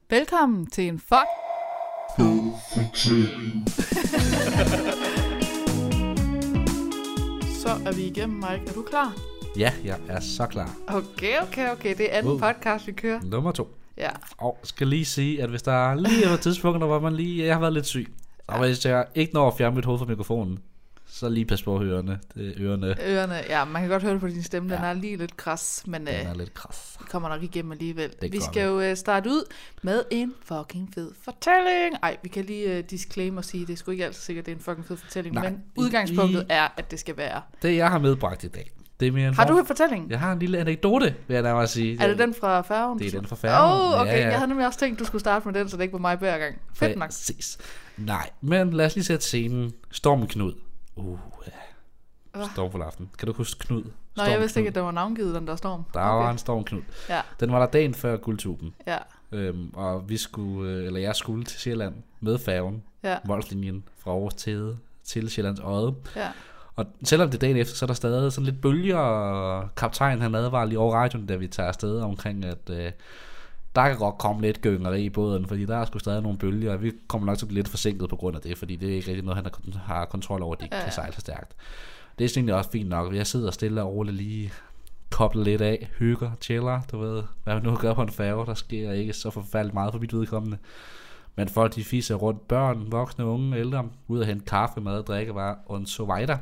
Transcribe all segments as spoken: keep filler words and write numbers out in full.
Velkommen til en fuck Så er vi igennem, Mike. Er du klar? Ja, jeg er så klar. Okay, okay, okay. Det er anden Wow. podcast, vi kører. Nummer to. Ja. Og skal lige sige, at hvis der er lige et tidspunkt, hvor man lige, jeg har været lidt syg, og hvis jeg ikke når at fjerne mit hoved fra mikrofonen, så lige pas på ørerne. Det er ørerne. Ørerne, ja, man kan godt høre det på din stemme. Den Ja. er lige lidt kras, men Den er øh, lidt kras. vi kommer nok igennem alligevel. Det Vi gør skal jo øh, starte ud med en fucking fed fortælling. Ej, vi kan lige øh, disclaimer og sige, det er sgu ikke altid sikkert, det er en fucking fed fortælling, Nej, men udgangspunktet i- er, at det skal være. Det jeg har medbragt i dag, det er mere en Har form- du en fortælling? Jeg har en lille anekdote, vil jeg nærmere sige. Er det den fra færgen? Det er den fra færgen. Åh, oh, okay. Ja, ja. Jeg havde nemlig også tænkt, du skulle starte med den, så det ikke var mig hver gang. Fedt nok. Præcis. Nej, men lad os lige sætte scenen. Stormen Knud. Uh, ja. Stormfuld aften. Kan du huske Knud? Nå, Storm jeg vidste Knud. ikke, at der var navngivet den der storm. Der var en Storm Knud. Ja, Den var der dagen før Guldtuben. ja, Øhm, og vi skulle, øh, eller jeg skulle til Sjælland med færgen, ja, Molslinjen fra Aarhus til, til Sjællands Odde. ja. Og selvom det er dagen efter, så er der stadig sådan lidt bølger, og kaptajnen han advarer lige over radioen, da vi tager afsted omkring, at øh, der kan godt komme lidt gyngeri i båden, fordi der er sgu stadig nogle bølger, og vi kommer nok til at blive lidt forsinket på grund af det, fordi det er ikke rigtig noget, han har, har kontrol over, at de ikke Ja, ja. kan sejle så stærkt. Det er sådan egentlig også fint nok. Jeg sidder stille og roligt lige, kobler lidt af, hygger, chiller, du ved, hvad man nu gør på en færge, der sker ikke så forfærdeligt meget for mit vedkommende. Men folk de fiser rundt, børn, voksne, unge, ældre, ud og hente kaffe, mad, drikkevarer og en så videre.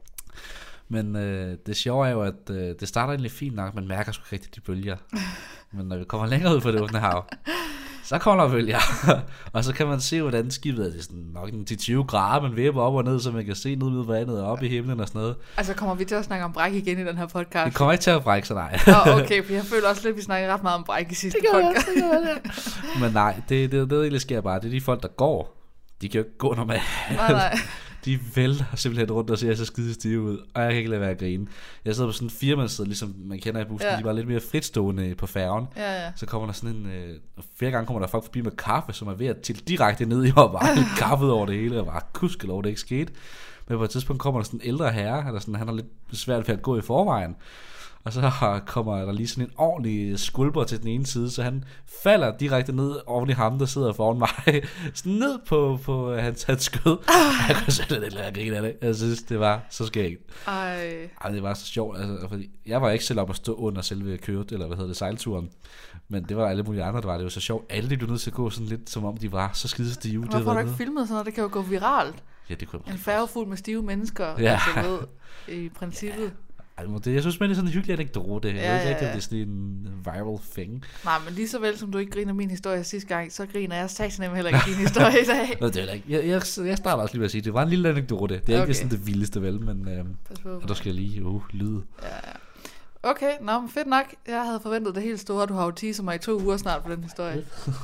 Men øh, det sjove er jo, at øh, det starter egentlig fint nok, man mærker sgu ikke rigtig de bølger. Men når vi kommer længere ud på det åbne hav, så kommer der bølger. Og så kan man se, hvordan skibet er, det er sådan nok en til tyve grader, man vipper op og ned, så man kan se ned ved vandet og op i himlen og sådan noget. Altså, kommer vi til at snakke om bræk igen i den her podcast? Det kommer ikke til at brække sig, nej. Nå, okay, for jeg føler også lidt, at vi snakker ret meget om bræk i sidste podcast. Men nej, det, det, det, det egentlig sker bare, det er de folk, der går. De kan jo ikke gå normalt. Nej, nej. De vælter simpelthen rundt og ser så skide stive ud. Og jeg kan ikke lade være at grine. Jeg sidder på sådan en firemandssæde, ligesom man kender i bussen. Ja. De var lidt mere fritstående på færgen. Ja, ja. Så kommer der sådan en... Øh, flere gange kommer der folk forbi med kaffe, som er ved at til direkte ned i og bare lidt kaffet over det hele. Og bare kuskelov, det ikke skete. Men på et tidspunkt kommer der sådan en ældre herre, eller sådan, han har lidt svært ved at gå i forvejen. Og så kommer der lige sådan en ordentlig skulper til den ene side, så han falder direkte ned oven i ham, der sidder foran mig. Sådan ned på, på hans, hans skød. Jeg kunne slet ikke lade grine af det. Jeg synes, det var så skægt. Ej. Ej, det var så sjovt, altså, fordi jeg var ikke selv op at stå under selve køret, eller hvad hedder det, sejlturen. Men det var alle mulige andre, der var. Det var så sjovt. Alle de blev nødt til at gå sådan lidt, som om de var så skide stive. Hvorfor har du ikke filmet sådan noget? Det kan jo gå viralt. Ja, det kunne jeg En færge fuld med stive mennesker, Ja. altså ved, i princippet. Ej, det, jeg synes, men det er sådan en hyggelig anekdote. Jeg Ja, ved ikke ja, rigtig, ja. om det er sådan en viral thing. Nej, men lige så vel som du ikke griner min historie sidste gang, så griner jeg satan heller ikke din historie i dag. Nå, det er heller ikke. Jeg, jeg, jeg starter også lige med at sige, det var en lille anekdote. Det er Okay. ikke sådan det vildeste vel, men øh, Pas på. og der skal lige uh, lyde. Ja, ja. Okay, nå, men fedt nok. Jeg havde forventet det helt store. Du har jo teaset mig i to uger snart på den historie.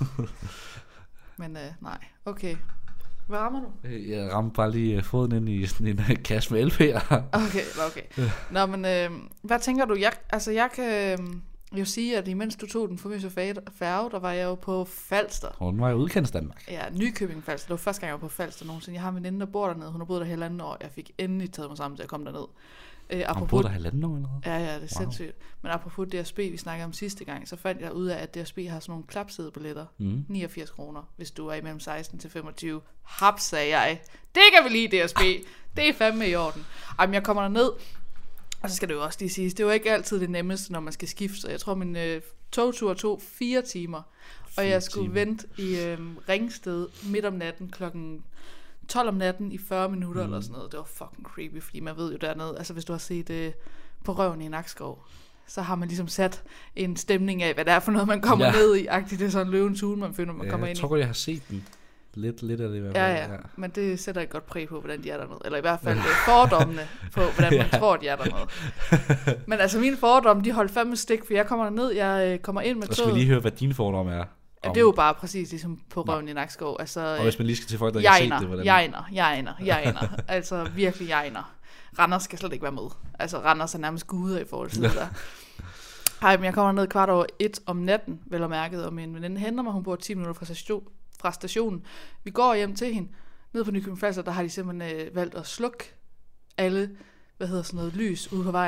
Men øh, nej, okay. Hvad rammer du? Jeg ramte bare lige øh, foden ind i sådan en øh, kasse med L P'er. Okay, nå, okay. Nå, men øh, hvad tænker du? Jeg, altså, jeg kan øh, jo sige, at imens du tog den famøse færge, der var jeg jo på Falster. Hun var i udkants Danmark. Ja, Nykøbing Falster. Det var første gang, jeg var på Falster nogensinde. Jeg har en veninde, der bor dernede. Hun har boet der halvanden år. Jeg fik endelig taget mig sammen til at komme derned. Øh, Hun boede der halvanden år eller noget? Ja, ja, det er Wow. sindssygt. Men apropos D S B, vi snakkede om sidste gang, så fandt jeg ud af, at D S B har sådan nogle klapsædebilletter. Mm. niogfirs kroner, hvis du er imellem seksten til femogtyve. Hap, sagde jeg. Det kan vi lige, D S B. Det er fandme i orden. Ej, men jeg kommer derned, og så skal det jo også lige siges, det er jo ikke altid det nemmeste, når man skal skifte. Så jeg tror, min øh, togtur tog fire timer, og jeg skulle timer. vente i øh, Ringsted midt om natten klokken tolv om natten i fyrre minutter mm. eller sådan noget. Det var fucking creepy, fordi man ved jo dernede, altså hvis du har set øh, På røven i Nakskov, så har man ligesom sat en stemning af, hvad det er for noget, man kommer ja. ned i. Agtigt, det er sådan en løvens hule, man finder, man Ja, kommer jeg ind tror i. godt, jeg har set den. Lidt, lidt af det i hvert fald. Ja, ja, men det sætter et godt præg på, hvordan de er dernede. Eller i hvert fald fordommene på, hvordan man ja. tror, de er dernede. Men altså mine fordomme, de holdt fandme stik, for jeg kommer derned, jeg kommer ind med toget. toget. Og skal vi lige høre, hvad dine fordomme er? Ja, det er jo bare præcis ligesom På røven i Nakskov. Altså, og hvis man lige skal til folk, der ikke har set det, hvordan... Jegner, jegner, jegner. Altså virkelig jegner. Randers skal slet ikke være med. Altså Randers er nærmest guder i forhold til det der. Hej, men jeg kommer ned kvart over et om natten, vel og mærket, og min veninde henter mig. Hun bor ti minutter fra, station, fra stationen. Vi går hjem til hende. Nede på Nykøbing Falster, der har de simpelthen øh, valgt at slukke alle, hvad hedder sådan noget, lys ude på vejen.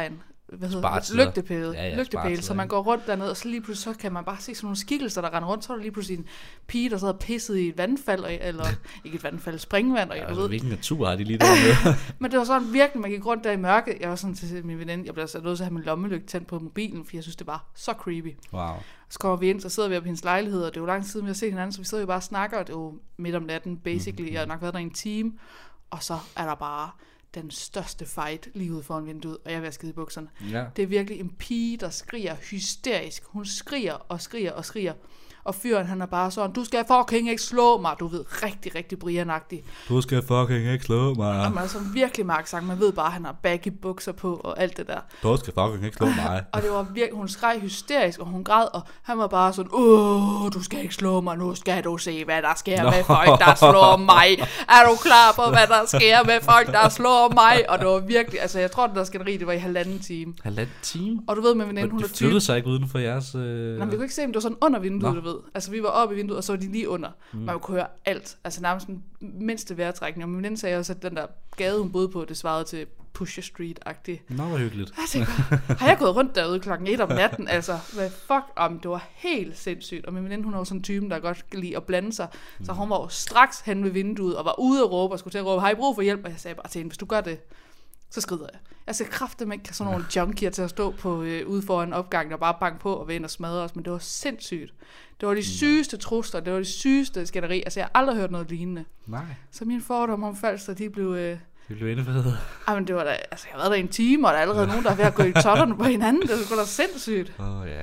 hvad hedder lygtepæle, ja, ja, lygtepæle, så man går rundt dernede, og så lige pludselig så kan man bare se sådan nogle skikkelser, der render rundt, så er der lige pludselig en pige, der sad og pissede i et vandfald, eller ikke et vandfald, springvand, og jeg altså, ved. Hvilken natur har de lige dernede? Men det var sådan virkelig, man gik rundt der i mørke. Jeg var sådan til min veninde, jeg blev altså nødt til at have min lommelygte tændt på mobilen, for jeg synes, det var så creepy. Wow. Så kommer vi ind, så sidder vi på hendes lejlighed, og det er jo lang tid siden, vi har set hinanden, så vi sidder jo bare og snakker, og det er jo midt om natten, basically. Mm-hmm. Jeg har nok været der i en time, og så er der bare den største fight lige ude foran vinduet, og jeg vil have skide i bukserne. Ja. Det er virkelig en pige, der skriger hysterisk. Hun skriger og skriger og skriger. Og fyren, han er bare sådan, du skal fucking ikke slå mig. Du ved, rigtig, rigtig Brian-agtig. Du skal fucking ikke slå mig. Og man er sådan virkelig marksang. Man ved bare, at han har baggy bukser på og alt det der. Du skal fucking ikke slå mig. Og det var virkelig, hun skreg hysterisk, og hun græd, og han var bare sådan, åh, du skal ikke slå mig, nu skal du se, hvad der sker Nå. med folk, der slår mig. Er du klar på, hvad der sker med folk, der slår mig? Og det var virkelig, altså jeg tror, det der skænderi, det var i halvanden time. Halvanden time? Og du ved, med veninde, hun er type. De flyttede sig ikke uden for jeres... Øh... Nej, vi kunne ikke se dem, det var sådan under vinduet, Nå. du ved. Altså vi var oppe i vinduet, og så var de lige under. Mm. Man kunne høre alt, altså nærmest den mindste vejrtrækning. Og min veninde sagde også, at den der gade, hun boede på, det svarede til Pusher Street-agtigt. Nå, hvor hyggeligt. Jeg tænker, har jeg gået rundt derude klokken et om natten? Altså, hvad fuck om, det var helt sindssygt. Og min veninde, hun var sådan en typen, der godt kan lide at blande sig. Mm. Så hun var jo straks hen ved vinduet, og var ude at råbe, og skulle til at råbe, har I brug for hjælp? Og jeg sagde bare til hende, hvis du gør det, så skrider jeg. Jeg skal kraftedeme ikke have sådan nogle junkier til at stå på, øh, ude foran opgangen og bare banke på og vende og smadre os, men det var sindssygt. Det var de sygeste trusler, det var de sygeste skænderi. Altså, jeg har aldrig hørt noget lignende. Nej. Så mine fordomme om Falster, de blev... Øh, Det blev indefædet. Ej, men det var da, altså jeg har været der i en time, og der er allerede nogen, der er ved at gå i totterne på hinanden. Det er da sindssygt. Åh oh, ja.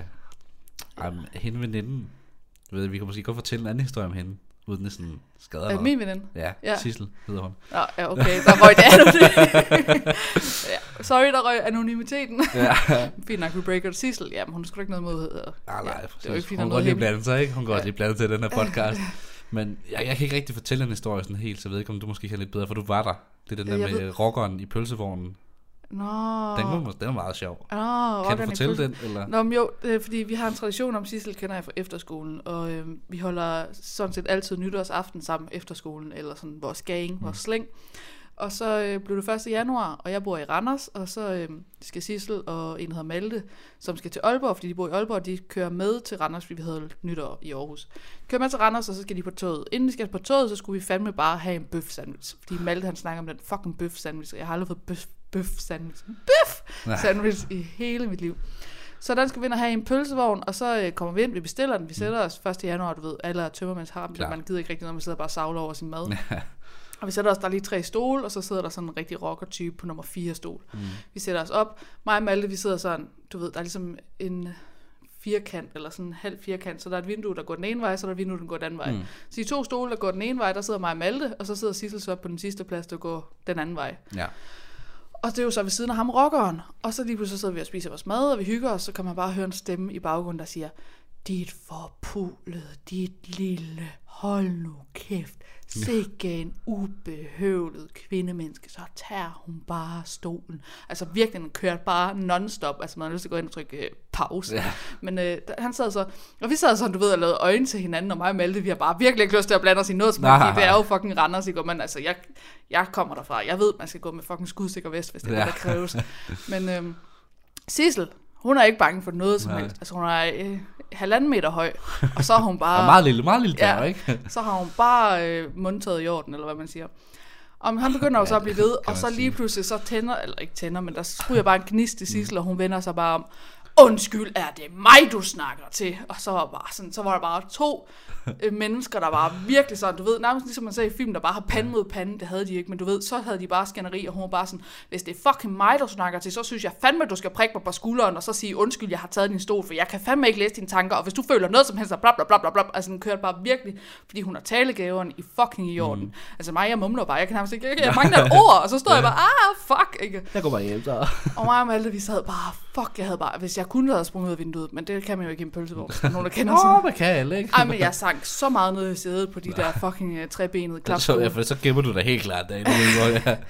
Ej, men hende veninden, ved vi kan måske godt fortælle en anden historie om hende, uden det sådan skader noget. Er min veninde? Ja, ja. Sissel hedder hun. Ja, ja, okay, der røg det anonymt. Ja, sorry, der røg anonymiteten. Ja. Fint nok, vi breaker Sissel. Jamen, hun skulle ikke noget mod. Nej, nej, ja, det var ikke fint hun går lige blandet sig, ikke? Hun går ja. lige blandet til den her podcast. Men jeg, jeg kan ikke rigtig fortælle en historie sådan helt, så jeg ved ikke, om du måske kan lidt bedre, for du var der. Det er den der jeg med ved... rockeren i pølsevognen. Nå. Den var, den var meget sjov. Nå, kan du fortælle den? Eller? Nå, men jo, øh, fordi vi har en tradition om, Sissel kender jeg fra efterskolen, og øh, vi holder sådan set altid nytårsaften sammen efterskolen, eller sådan vores gang, mm. vores slæng. Og så øh, blev det første januar, og jeg bor i Randers, og så øh, skal Sissel og en, der hedder Malte, som skal til Aalborg, fordi de bor i Aalborg, de kører med til Randers, fordi vi havde nytår i Aarhus. Kører med til Randers, og så skal de på toget. Inden de skal på toget, så skulle vi fandme bare have en bøf sandwich, fordi Malte han snakker om den fucking bøf sandwich, og jeg har aldrig fået bøf, bøf sandwich, bøf sandwich i hele mit liv. Så den skal vi ind og have i en pølsevogn, og så øh, kommer vi ind, vi bestiller den, vi sætter os første januar, du ved, alle er tømmermænds har dem, man gider ikke rigtig noget, man sidder bare og savler over sin mad. Og vi sætter os, der er lige tre stole, og så sidder der sådan en rigtig rocker-type på nummer fire stol. Mm. Vi sætter os op. Mig og Malte, vi sidder sådan, du ved, der er ligesom en firkant, eller sådan en halv firkant, så der er et vindue, der går den ene vej, så der er et vindue, der går den anden vej. Mm. Så de to stole, der går den ene vej, der sidder mig og Malte, og så sidder Sissel så på den sidste plads, der går den anden vej. Ja. Og det er jo så ved siden af ham, rockeren. Og så lige pludselig sidder vi og spiser vores mad, og vi hygger os, så kan man bare høre en stemme i baggrunden, der siger, dit forpulede, dit lille, hold nu kæft. Sikke en ubehøvlet kvindemenneske, så tager hun bare stolen. Altså virkelig, den kørte bare non-stop. Altså man har lyst til at gå ind og trykke øh, pause. Ja. Men øh, han sad så, og vi sad sådan, du ved, og lavede øjne til hinanden, og mig og Malte, vi har bare virkelig ikke lyst til at blande os i noget som helst. Det er jo fucking Randers, ikke? Men altså, jeg, jeg kommer derfra. Jeg ved, man skal gå med fucking skudsikker vest, hvis det er ja. det, der kræves. Men øh, Sissel, hun er ikke bange for noget som helst. Altså hun er øh, halvanden meter høj, og så har hun bare... og meget lille, meget lille der, ja, ikke? så har hun bare øh, mundtaget i orden, eller hvad man siger. Og han begynder jo så at blive ved, og så lige pludselig så tænder, eller ikke tænder, men der skruer bare en gnist i Sissel, og hun vender sig bare om. Undskyld, er det mig, du snakker til? Og så var, bare sådan, så var der bare to øh, mennesker, der var virkelig sådan, du ved, nærmest ligesom man ser i film, der bare har pande mod pande, det havde de ikke, men du ved, så havde de bare skænderi, og hun var bare sådan, hvis det er fucking mig, du snakker til, så synes jeg fandme, du skal prikke mig på skulderen, og så sige, undskyld, jeg har taget din stol, for jeg kan fandme ikke læse dine tanker, og hvis du føler noget som helst, bla bla bla bla bla, altså den kørte bare virkelig, fordi hun har talegaveren i fucking i orden. Mm. Altså mig, jeg mumler bare, jeg kan nærmest ikke, jeg, jeg mangler et ord, og så stod jeg bare, ah, fuck, ikke? Jeg går bare hjem, så. Og mig og Malte, vi sad bare, fuck, jeg havde bare, hvis jeg kunne have sprunget ud af vinduet, men det kan man jo ikke i en pølsevogn. Nogen, der kender sådan. Åh, man kan alle, ikke? Ej, men jeg sank så meget ned i sædet på de der fucking uh, trebenede klapstole. Så, ja, for så gemmer du da helt klart der. Ja.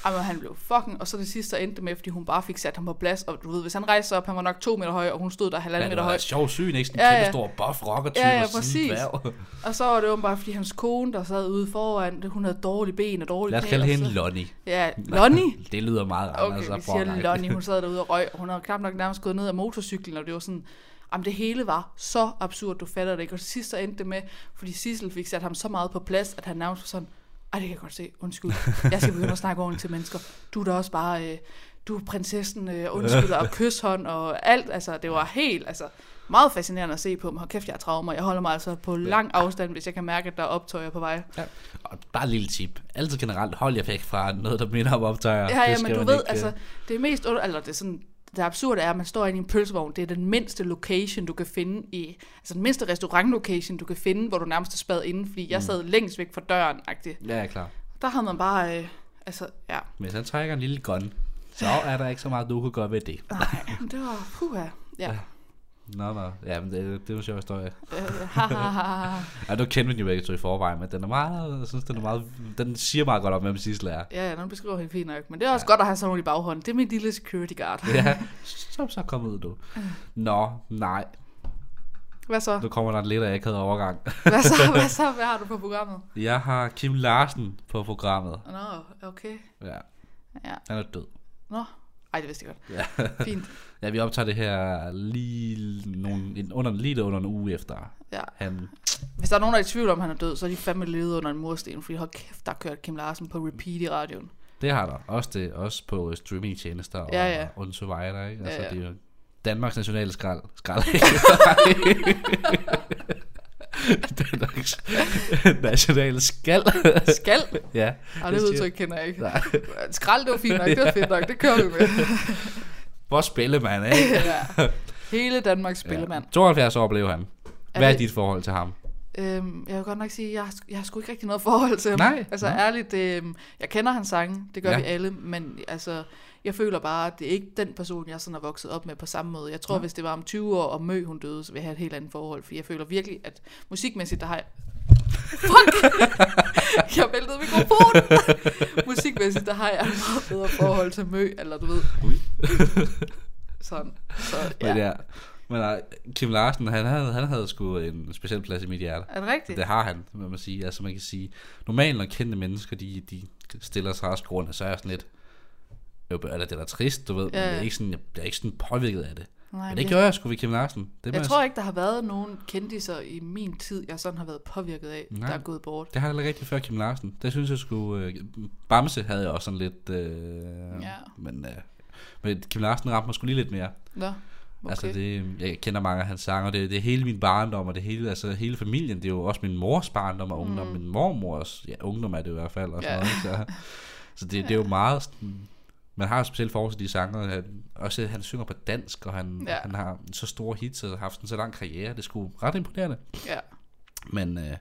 Jamen, han blev fucking, og så det sidste, der endte med, fordi hun bare fik sat ham på plads, og du ved, hvis han rejste op, han var nok to meter høj, og hun stod der halvanden meter høj. Ja, det var sjov syn, ikke? Sådan en ja, kæmpe ja. stor buff rocker-type, ja, ja, og sådan præcis. dværg. Og så var det jo bare, fordi hans kone, der sad ude foran, hun havde dårlige ben og dårlige knæ. Lad os kalde hende Lonnie. Ja, Lonnie? Det lyder meget rart. Okay, vi siger Lonnie, hun sad derude og røg, og hun havde knap nok nærmest gået ned af motorcyklen, og det var sådan, jamen det hele var så absurd, du fatter det ikke. Og til sidst så endte det med, fordi Sissel fik sat ham så meget på plads, at han nærmest var sådan, ej, det kan jeg godt se, undskyld, jeg skal begynde at snakke ordentligt til mennesker. Du er da også bare, øh, du er prinsessen, øh, undskyld, og kysshånd og alt, altså det var helt, altså meget fascinerende at se på, men hold kæft, jeg er traumer. Jeg holder mig altså på lang afstand, hvis jeg kan mærke, at der er optøjer på vej. Ja. Og bare et lille tip. Altid generelt, hold jer væk fra noget, der minder om optøjer. Ja, ja, men du ved, ikke, altså, det er mest, eller det er sådan, det absurde er, at man står inde i en pølsevogn. Det er den mindste location, du kan finde i, altså den mindste restaurantlocation, du kan finde, hvor du nærmest er spadet inde, fordi jeg sad mm. længst væk fra døren, agtigt. Ja, ja, klar. Der havde man bare, øh, altså, ja. Hvis han trækker en lille gun, så er der ikke så meget, du kan gøre ved det. Nej, det var, puha, ja. ja. Nå, nå. Ja, men det, det er jo en sjov historie. Øh, ja, du kender den jo ikke så i forvejen, men den er meget, jeg synes, den er meget, den siger meget godt om, hvem Sissel er. Ja, ja, den beskriver helt fint nok. Men det er også ja. godt at have sådan nogle i baghånden. Det er min lille security guard. Ja, så så kom ud, du. Nå, nej. Hvad så? Nu kommer der en lidt af akavet overgang. Hvad så? Hvad så? Hvad har du på programmet? Jeg har Kim Larsen på programmet. Nå, okay. Ja. Ja. Han er død. Nå. Ej, det vidste jeg godt. Ja. Fint. Ja, vi optager det her lige, nogle, under, lige under en uge efter. Ja. Han... Hvis der er nogen, der er i tvivl om, han er død, så er de fandme levet under en mursten, fordi hold kæft, der har kørt Kim Larsen på repeat i radioen. Det har der. Også, det, også på streamingtjenester og ja, ja. on survivor, ikke? Altså, ja, ja. det er jo Danmarks nationale skrald. Skrald. Danmarks nationale skal. Skal? Ja. Ej, det udtryk kender jeg ikke. Nej. Skrald, det var fint nok. Det var fedt nok. Det kører vi med. Hvor spillemand, ikke? Ja. Hele Danmarks spillemand. Ja. tooghalvfjerds år blev han. Hvad er, er dit forhold til ham? Øhm, jeg vil godt nok sige, at jeg, har, jeg har sgu ikke rigtig noget forhold til ham. Nej. Altså nej. ærligt, det, jeg kender hans sange, det gør ja. vi alle, men altså, jeg føler bare, at det er ikke den person, jeg sådan har vokset op med på samme måde. Jeg tror, ja. hvis det var om tyve år, og Mø hun døde, så ville jeg have et helt andet forhold, for jeg føler virkelig, at musikmæssigt, der har jeg... Fuck! Jeg væltede mikrofonen! Musikmæssigt, der har jeg et meget bedre forhold til Mø, eller du ved. Sådan, så ja. Men ja. Men uh, Kim Larsen, han havde, han havde sgu en speciel plads i mit hjerte. Er det rigtigt? Det har han, må man sige. Altså man kan sige, normalt når kendte mennesker, de, de stiller sig også grunde, så er jeg sådan lidt, eller det er da trist, du ved, ja. Men jeg er ikke sådan, jeg bliver ikke sådan påvirket af det. Nej, men det gjorde jeg sgu ved Kim Larsen. Det jeg tror ikke, der har været nogen kendiser i min tid, jeg sådan har været påvirket af, nej, der er gået bort. Det har jeg heller rigtig før Kim Larsen. Det synes jeg sgu, øh, Bamse havde jeg også sådan lidt, øh, ja. men, øh, men Kim Larsen ramte mig sgu lige lidt mere. Nå. Okay. Altså det, jeg kender mange af hans sange, og det, det er hele min barndom, og det hele, altså hele familien, det er jo også min mors barndom og ungdom, mm. min mormors, ja, ungdom er det i hvert fald, og sådan yeah. noget, så, så det, det er jo meget sådan, man har jo specielt forhold til de sange, han, også han synger på dansk, og han, yeah. han har så store hits, og har haft en så lang karriere, det er sgu ret imponerende. Ja. Yeah. Men øh,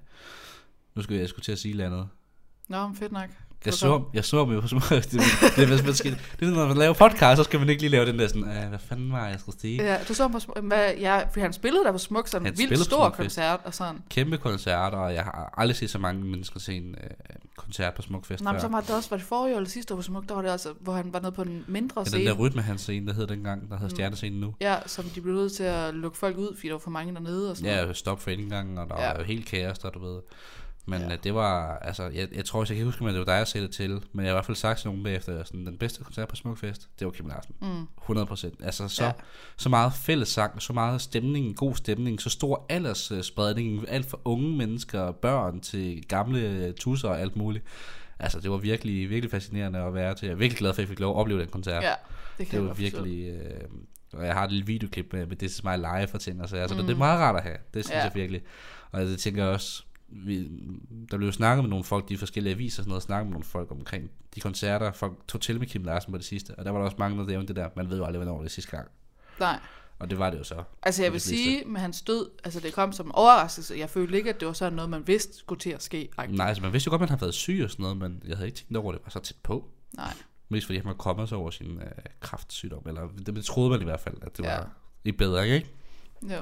nu skulle jeg, jeg skulle til at sige noget andet. Nå, fedt nok. Jeg så, jeg så mig på smuk. Det, det, det, det, det, det er når man laver podcast, så skal man ikke lige lave den der sådan, hvad fanden var jeg skulle sige? Ja, du så på smuk, ja, fordi han spillede der på smuk, sådan en vildt stor koncert og sådan. Kæmpe koncerter, og jeg har aldrig set så mange mennesker se en øh, koncert på Smukfest. Nej, men så var det også, var det forrige eller sidste år på Smuk, der var det altså, hvor han var nede på en mindre ja, scene. Den der rytme hans scene, der hed dengang, der hed Stjernescenen nu. Ja, som de blev nødt til at lukke folk ud, fordi der var for mange dernede og sådan ja, noget. Stop for indgangen, og der ja. var jo helt kaos der, du ved. Men ja. det var, altså, jeg, jeg tror også, jeg kan huske, at det var dig, jeg sagde det til, men jeg har i hvert fald sagt til nogen bagefter, sådan, den bedste koncert på Smukfest, det var Kim Larsen. Mm. hundrede procent. Altså, så, ja. så meget fællessang, så meget stemning, god stemning, så stor aldersspredning, alt fra unge mennesker, børn til gamle tusser og alt muligt. Altså, det var virkelig, virkelig fascinerende at være til. Jeg er virkelig glad for, at jeg fik lov at opleve den koncert. Ja, det kan det var virkelig, øh, og jeg har et lille videoklip med, med This Is My Life og ting, og så altså, mm. det er meget rart at have, det synes ja. jeg virkelig. Og det tænker jeg også, vi, der blev jo snakket med nogle folk, de forskellige aviser og sådan noget, snakket med nogle folk omkring de koncerter, folk tog til med Kim Larsen på det sidste, og der var der også mange, der nævnte det der, man ved jo aldrig, hvornår det er sidste gang. Nej. Og det var det jo så. Altså jeg vil sige, med hans død, altså det kom som en overraskelse, jeg følte ikke, at det var sådan noget, man vidste skulle til at ske. Agtigt. Nej, altså man vidste jo godt, at man havde været syg og sådan noget, men jeg havde ikke tænkt over, at det var så tæt på. Nej. Mest fordi han var kommet sig over sin øh, kræftsygdom, eller det, det troede man i hvert fald, at det ja. var i bedre, ikke? Jo.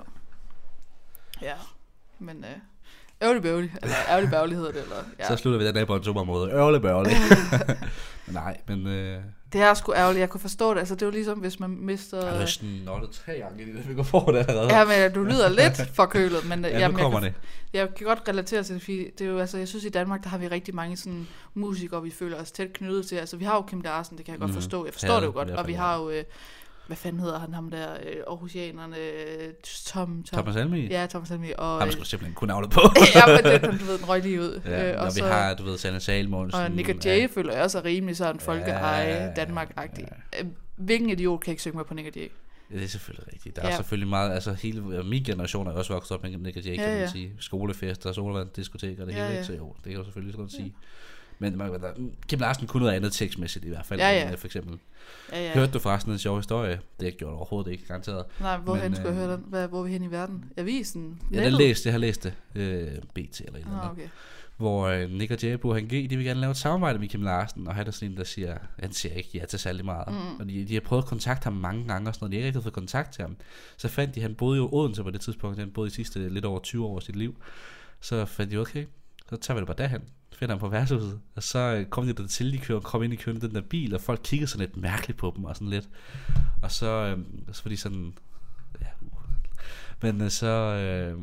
Ja, men øh, ærgerlig bøvlig, eller ærgerlig bøvlig hedder det, eller ja. Så slutter vi den af på en super måde. Ærgerlig bøvlig. Nej, men... Øh... Det er sgu ærgerligt, jeg kunne forstå det. Altså, det er jo ligesom, hvis man mister... Jeg har sådan nottet tre gange i det, vi går på det allerede. Ja, men du lyder lidt forkølet, men... Ja, jamen, nu kommer jeg kan, det. Jeg kan godt relatere til det, fordi det er jo, altså, jeg synes, i Danmark, der har vi rigtig mange sådan musikere, vi føler os tæt knyttet til. Altså, vi har jo Kim Larsen, det kan jeg godt forstå. Jeg forstår ja, det jo godt, og vi har jo... Øh, hvad fanden hedder han, ham der, øh, Aarhusianerne, øh, Tom, Tom... Thomas Helmig? Ja, Thomas Helmig. Og, ham skulle simpelthen kunne navnet på. ja, men det, du ved, den røg lige ud. Ja, øh, og, og så, vi har, du ved, Sanne Salmonsen. Og Nick og Jay ja. føler jeg også er rimelig sådan folkeeje, ja, Danmark-agtig. Ja. Hvilken idiot kan ikke synge med på Nick og Jay? Ja, det er selvfølgelig rigtigt. Der er ja. selvfølgelig meget, altså hele min generation er også vokset op med Nick og Jay, kan ja, ja. man sige. Skolefester, solvand, diskoteker, det ja, hele, ja. Så jo, det kan du selvfølgelig godt sige. Men man, der, Kim Larsen kunne noget andet tekstmæssigt i hvert fald, ja, ja. For eksempel. Ja, ja. Hørte du forresten en sjov historie? Det har jeg gjort overhovedet ikke, garanteret. Nej, hvorhen Men, skulle øh, jeg høre den? Hvad, hvor er vi hen i verden? Avisen? Ja, jeg har læst, jeg har læst det. Øh, B T eller et eller andet. Okay. Hvor øh, Nick og Jay på H N G, de vil gerne lave et samarbejde med Kim Larsen, og han er sådan en, der siger, han siger ikke ja til særlig meget. Mm. Og de, de har prøvet at kontakte ham mange gange og sådan noget, de har ikke rigtig fået kontakt til ham. Så fandt de, han boede jo i Odense på det tidspunkt, han boede i sidste lidt over tyve år af sit liv. Så fandt de, okay, så tager vi det bare derhen. Finder ham på værtshuset, og så kom de der til, de kører, kom ind i køen den der bil, og folk kiggede sådan lidt mærkeligt på dem, og sådan lidt, og så, øh, så var de sådan, ja, men øh, så, øh,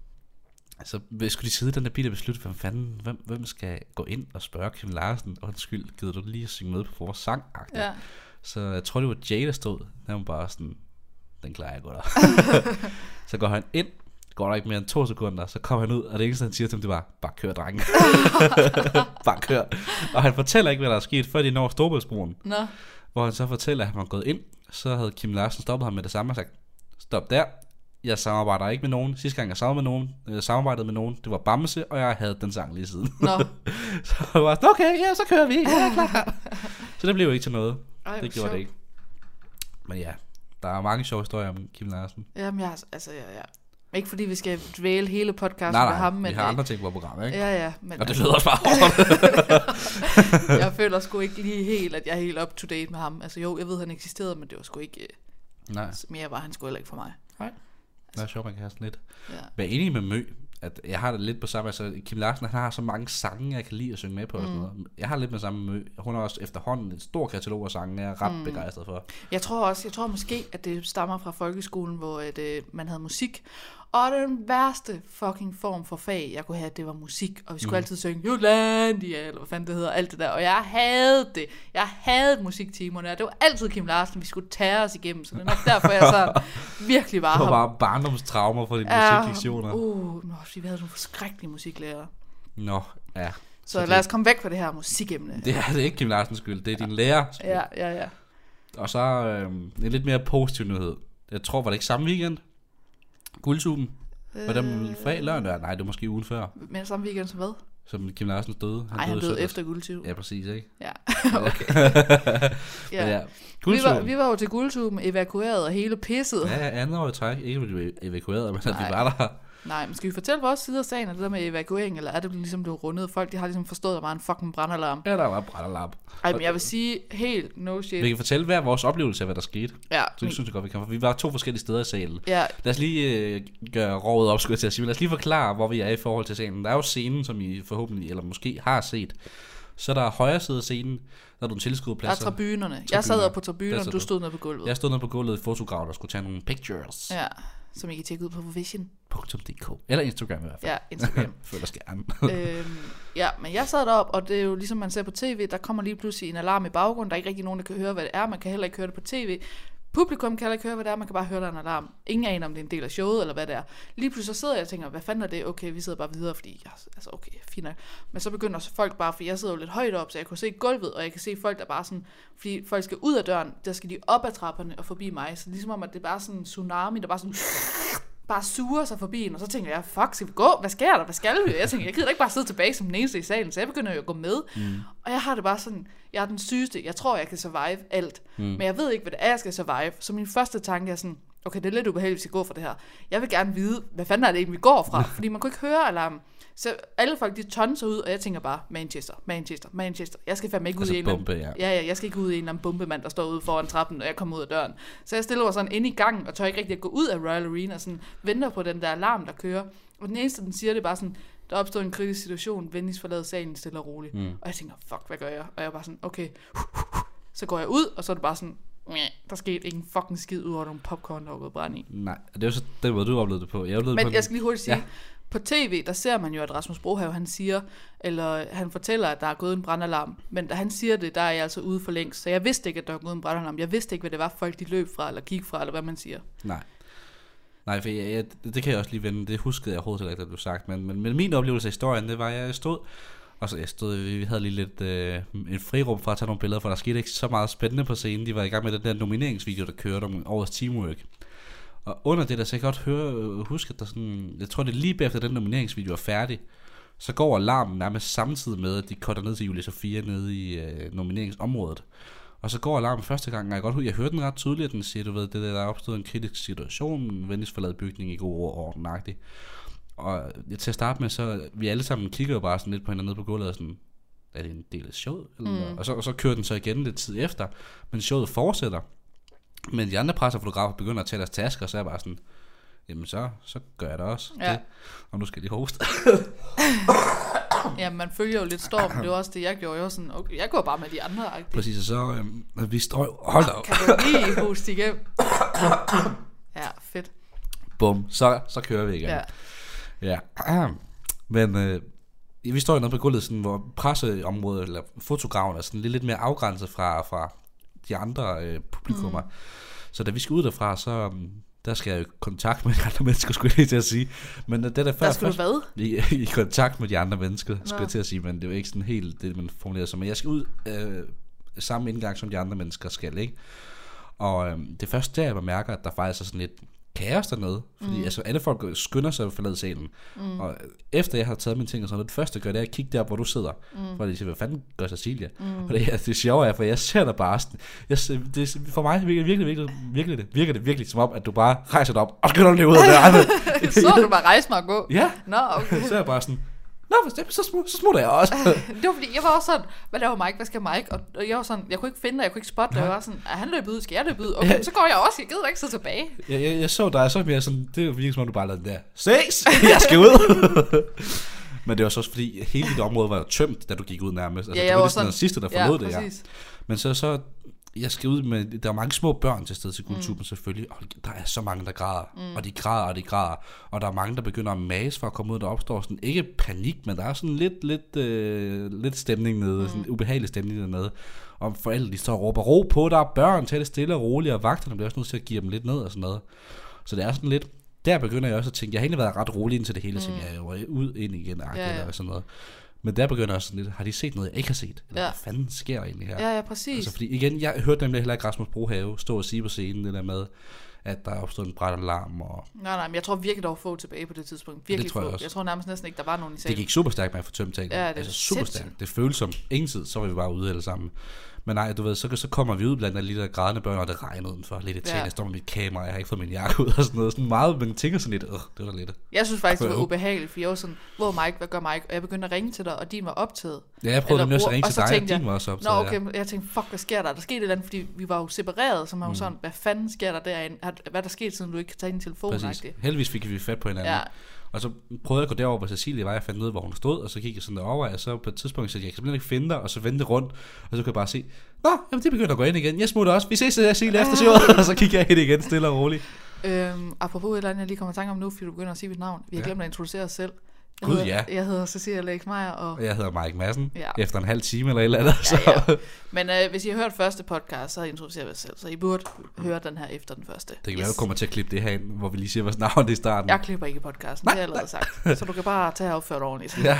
så skulle de sidde i den der bil og beslutte, hvem fanden, hvem, hvem skal gå ind og spørge Kim Larsen, og undskyld, gider du lige at synge med på vores sang? Ja. Så jeg tror, det var Jay, der stod, der var bare sådan, den klarer jeg godt op. Så går han ind, går der ikke mere end to sekunder, så kommer han ud, og det eneste han siger til dem, det var, bare kør, drenge. Bare kør. Og han fortæller ikke, hvad der er sket, før de når Storebæltsbroen. Nå. Hvor han så fortæller, at han var gået ind, så havde Kim Larsen stoppet ham med det samme og sagt, stop der, jeg samarbejder ikke med nogen. Sidste gang jeg samarbejdede med nogen, øh, samarbejdede med nogen, det var Bamse, og jeg havde den sang lige siden. Nå. Så jeg var sådan, okay, ja, så kører vi. Ja, klar. Så det blev jo ikke til noget. Ej, det gjorde sjov. Det ikke. Men ja, der er mange sjove historier om Kim Larsen. Jamen, jeg, altså, ja, ja. Ikke fordi vi skal dvæle hele podcasten nej, nej, med ham. Men vi har andre ting på programmet, ikke? Ja, ja. Men og det lyder også bare jeg føler sgu ikke lige helt, at jeg er helt up to date med ham. Altså jo, jeg ved, han eksisterede, men det var sgu ikke... Nej. Mere var han sgu heller ikke for mig. Nej. Det er sjovt, man kan have sådan lidt. Ja. Vær enig med Mø, at jeg har det lidt på samme, altså Kim Larsen, han har så mange sange, jeg kan lide at synge med på. Mm. Og sådan noget. Jeg har lidt med samme Mø. Hun har også efterhånden en stor katalog af sange, jeg er ret mm. begejstret for. Jeg tror også, jeg tror måske, at det stammer fra folkeskolen, hvor at, øh, man havde musik. Og den værste fucking form for fag, jeg kunne have, det var musik. Og vi skulle mm. altid synge Jutlandia, eller hvad fanden det hedder, alt det der. Og jeg havde det. Jeg havde musiktimerne, og det var altid Kim Larsen, vi skulle tage os igennem. Så det er nok derfor, jeg så virkelig var ham. Det var bare barndomstraumer for dine ja, musiklektioner. Uh, nå, vi havde nogle forskrækkelige musiklærere. Nå, ja. Så, så lad os komme væk fra det her musigemne. Det er, det er ikke Kim Larsens skyld, det er din lærer skyld. Ja, ja, ja. Og så øh, en lidt mere positiv nyhed. Jeg tror, var det ikke samme weekend? Guldtuben? Øh, var det fredag lørdag? Nej, det var måske ugen før. Men samme weekend som hvad? Som Kim Larsen døde. Nej, han døde, døde efter Guldtuben. Ja, præcis, ikke? Ja, okay. ja. Ja. Vi, var, vi var jo til Guldtuben evakueret og hele pisset. Ja, andet år i træk. Ikke at vi evakueret, men at vi var der. Nej, men skal vi fortælle vores side af sagen, det der med evakuering, eller er det ligesom blevet rundet? Folk, de har ligesom forstået, at der var en fucking brandalarm. Ja, der var en brandalarm. Ej, men jeg vil sige helt no shit. Vi kan fortælle hver vores oplevelse af, hvad der skete. Ja. Så det synes jeg godt, vi kan. For vi var to forskellige steder i salen. Ja. Lad os lige øh, gøre rådet op, skulle jeg til at sige. Lad os lige forklare, hvor vi er i forhold til scenen. Der er jo scenen, som I forhåbentlig, eller måske har set. Så der er højre side af scenen, der er nogle tilskuerpladser. Der er tribunerne. Tribuner. Jeg sad på tribunerne, du stod nede på gulvet. Jeg stod nede på gulvet i fotograf og skulle tage nogle pictures. Ja, som I kan tjekke ud på vision punktum d k. Eller Instagram i hvert fald. Ja, Instagram. Føler skærmen. øhm, ja, men jeg sad derop, og det er jo ligesom man ser på tv, der kommer lige pludselig en alarm i baggrunden. Der er ikke rigtig nogen, der kan høre, hvad det er. Man kan heller ikke høre det på tv. Publikum kan heller ikke høre, hvad det er. Man kan bare høre, der er en alarm. Ingen aner, om det er en del af showet, eller hvad det er. Lige pludselig så sidder jeg og tænker, hvad fanden er det? Okay, vi sidder bare videre, fordi, ja, altså okay, fint nok. Men så begynder så folk bare, for jeg sidder jo lidt højt op, så jeg kunne se gulvet, og jeg kan se folk, der bare sådan, fordi folk skal ud af døren, der skal de op ad trapperne og forbi mig. Så ligesom om, at det er bare sådan en tsunami, der bare sådan... bare suger sig forbi en, og så tænker jeg, fuck, skal vi gå? Hvad sker der? Hvad skal vi? Jeg tænker, jeg gider ikke bare sidde tilbage som den eneste i salen, så jeg begynder jo at gå med. Mm. Og jeg har det bare sådan, jeg er den sygeste, jeg tror, jeg kan survive alt, mm. men jeg ved ikke, hvad det er, jeg skal survive. Så min første tanke er sådan, okay, det er lidt ubehageligt, hvis jeg går fra det her. Jeg vil gerne vide, hvad fanden er det egentlig, vi går fra? Fordi man kunne ikke høre alarmen. Så alle folk, de tonser ud, og jeg tænker bare, Manchester, Manchester, Manchester. Jeg skal fandme ikke altså ud i en bombe, ja. Ja, ja, jeg skal ikke ud i en eller anden bombemand, der står ude foran trappen, når jeg kommer ud af døren. Så jeg stiller mig sådan inde i gangen, og tør ikke rigtig at gå ud af Royal Arena, og sådan venter på den der alarm, der kører. Og den eneste, den siger, det er bare sådan, der opstod en kritisk situation, Vennis forlader salen stille og roligt. Mm. Og jeg tænker, fuck, hvad gør jeg? Og jeg er bare sådan, okay, så går jeg ud, og så er det bare sådan, der skete ingen fucking skid ud over nogle popcorn, der var gået brænde i. Nej, det er jo så den måde, du oplevede det på. Jeg oplevede Men det på jeg skal lige hurtigt sige, ja. På tv, der ser man jo, at Rasmus Brohave, han siger, eller han fortæller, at der er gået en brandalarm. Men da han siger det, der er jeg altså ude for længst. Så jeg vidste ikke, at der var gået en brandalarm. Jeg vidste ikke, hvad det var, folk de løb fra, eller gik fra, eller hvad man siger. Nej. Nej, for jeg, jeg, det kan jeg også lige vende. Det huskede jeg overhovedet ikke, at du sagt. Men, men, men min oplevelse af historien, det var, at jeg stod... Og så jeg stod, vi havde lige lidt øh, en frirum for at tage nogle billeder, for der skete ikke så meget spændende på scenen. De var i gang med den der nomineringsvideo, der kørte om årets teamwork. Og under det der, så jeg kan godt høre, huske, at der sådan, jeg tror det er lige efter den nomineringsvideo er færdig, så går alarmen nærmest samtidig med, at de cutter ned til Julia Sofia nede i øh, nomineringsområdet. Og så går alarmen første gang, og jeg, godt, jeg hørte den ret tydeligt, at den siger, du ved, det der, der er opstået en kritisk situation, venligst forladet bygning i god ord og ordenagtigt. Og til at starte med, så vi alle sammen kigger jo bare sådan lidt på hinanden nede på gulvet og sådan, er det en del af showet? Eller? Mm. Og, så, og så kører den så igen lidt tid efter, men showet fortsætter. Men de andre pressefotografer begynder at tage deres tasker, og så er jeg bare sådan, jamen så, så gør jeg det også. Ja. Det. Og nu skal de hoste. Ja, man følger jo lidt stormen. Det var også det, jeg gjorde. Jeg var sådan, okay, jeg går bare med de andre. Agtigt. Præcis, og så øhm, vi står, hold da op. Kan du lige hoste igennem? Ja, fedt. Bum, så, så kører vi igen. Ja. Ja. Men øh, vi står jo nede på gulvet, sådan, hvor presseområdet, eller fotografen er sådan lidt, lidt mere afgrænset fra, fra de andre øh, publikummer. Mm. Så da vi skal ud derfra, så der skal jeg jo i kontakt med de andre mennesker, skulle jeg lige til at sige. Men det der, før, der skal først, du hvad? I, I kontakt med de andre mennesker, Nå. skulle jeg til at sige, men det er jo ikke sådan helt det, man formulerer sig. Men jeg skal ud øh, samme indgang, som de andre mennesker skal, ikke? Og øh, det første der, jeg mærker, at der faktisk er sådan lidt kaos dernede, fordi mm. altså, alle folk skynder sig at forlade salen. Mm. Og efter jeg har taget mine ting og sådan noget, det første jeg gør, det er at kigge der, hvor du sidder. Mm. For at siger, hvad fanden gør Cecilia? Mm. Og det, det er sjovt er, for jeg ser dig bare sådan, jeg, det, for mig virker virkelig, virkelig, virkelig, det, virker det virkelig som om, at du bare rejser dig op, og skynder dig ud af det. Så du bare rejse mig og gå? Ja. Nå, okay. Så er jeg bare sådan, nå, så, så, så smutter jeg også. Det var fordi, jeg var også sådan, hvad laver Mike, hvad skal Mike? Og jeg var sådan, jeg kunne ikke finde dig, jeg kunne ikke spotte dig. Jeg var sådan, er han løbet ud, skal jeg løbe ud? Okay, så går jeg også, jeg gider ikke sidde tilbage. Jeg, jeg, jeg så dig, så mere sådan, det virkelig som om du bare lavede den der, ses, jeg skal ud. Men det var så også fordi, hele dit område var jo tømt, da du gik ud nærmest. Altså, ja, jeg det var var sådan den sidste, der forlod ja, det, ja. Men så, så jeg skal ud med, der er mange små børn til stede til Kulturen mm. selvfølgelig, og der er så mange, der græder, mm. og de græder, og de græder, og der er mange, der begynder at mase for at komme ud, der opstår sådan, ikke panik, men der er sådan lidt, lidt, øh, lidt stemning nede, mm. sådan ubehagelig stemning dernede, og forældre, de står og råber, ro på, der er børn, tag det stille og roligt, og vagterne bliver også nødt til at give dem lidt ned og sådan noget, så det er sådan lidt, der begynder jeg også at tænke, jeg har egentlig været ret rolig indtil det hele, mm. så jeg er jo ud ind igen, ja, ja. Eller sådan noget. Men der begynder også sådan lidt, har de set noget, jeg ikke har set? Eller ja. Hvad fanden sker egentlig her? Ja, ja, præcis. Altså, fordi igen, jeg hørte nemlig heller ikke Rasmus Brohave stå og sige på scenen, det der med, at der er opstået en bræt alarm. Og nej, nej, men jeg tror virkelig, der var få tilbage på det tidspunkt. Virkelig det tror få. Jeg, jeg tror nærmest næsten ikke, der var nogen i salen. Det gik super stærkt med at få tømt talen. Ja, det altså super stærkt. Det føles som ingen tid, så var vi bare ude alle sammen. Men nej, du ved, så, så kommer vi ud blandt alle de der grædende børn, og det regner udenfor. Lidt irriterende, ja. Jeg står med mit kamera, jeg har ikke fået min jakke ud og sådan noget. Sådan meget, men tænker sådan lidt, øh, det var lidt. Jeg synes faktisk, det var ubehageligt, for jeg var sådan, hvor Mike, hvad gør Mike? Og jeg begyndte at ringe til dig, og din var optaget. Ja, jeg prøvede nemlig også at ringe til dig, og din var også optaget. Nå, okay, ja. Jeg tænkte, fuck, hvad sker der? Der skete et eller andet, fordi vi var jo separeret, så man var mm. sådan, hvad fanden sker der derinde? Hvad der skete, siden du ikke kan tage din telefon? Præcis. Heldigvis fik vi fat på hinanden. Ja. Og så prøvede jeg at gå derover, hvor Cecilie var, jeg fandt ud, hvor hun stod, og så gik jeg sådan derover, og så på et tidspunkt, så jeg kan simpelthen ikke finde dig, og så vendte rundt, og så kan jeg bare se, nå, jamen det begynder at gå ind igen, jeg smutter også, vi ses Cecilie efter showet, og så kigger jeg ind igen, stille og roligt. Øhm, apropos et eller andet, jeg lige kommer i tanke om nu, fordi du begynder at sige mit navn, vi har ja. glemt at introducere os selv. Jeg Gud, hedder, ja. Jeg hedder Cecilia Lex Meyer, og... og jeg hedder Mike Madsen, ja. Efter en halv time eller et eller andet. Så. Ja, ja. Men øh, hvis I har hørt første podcast, så har jeg introduceret os selv, så I burde høre den her efter den første. Det kan yes. være, du kommer til at klippe det her ind, hvor vi lige siger vores navn i starten. Jeg klipper ikke podcasten, det har jeg allerede sagt. Så du kan bare tage opført ordentligt. Ja.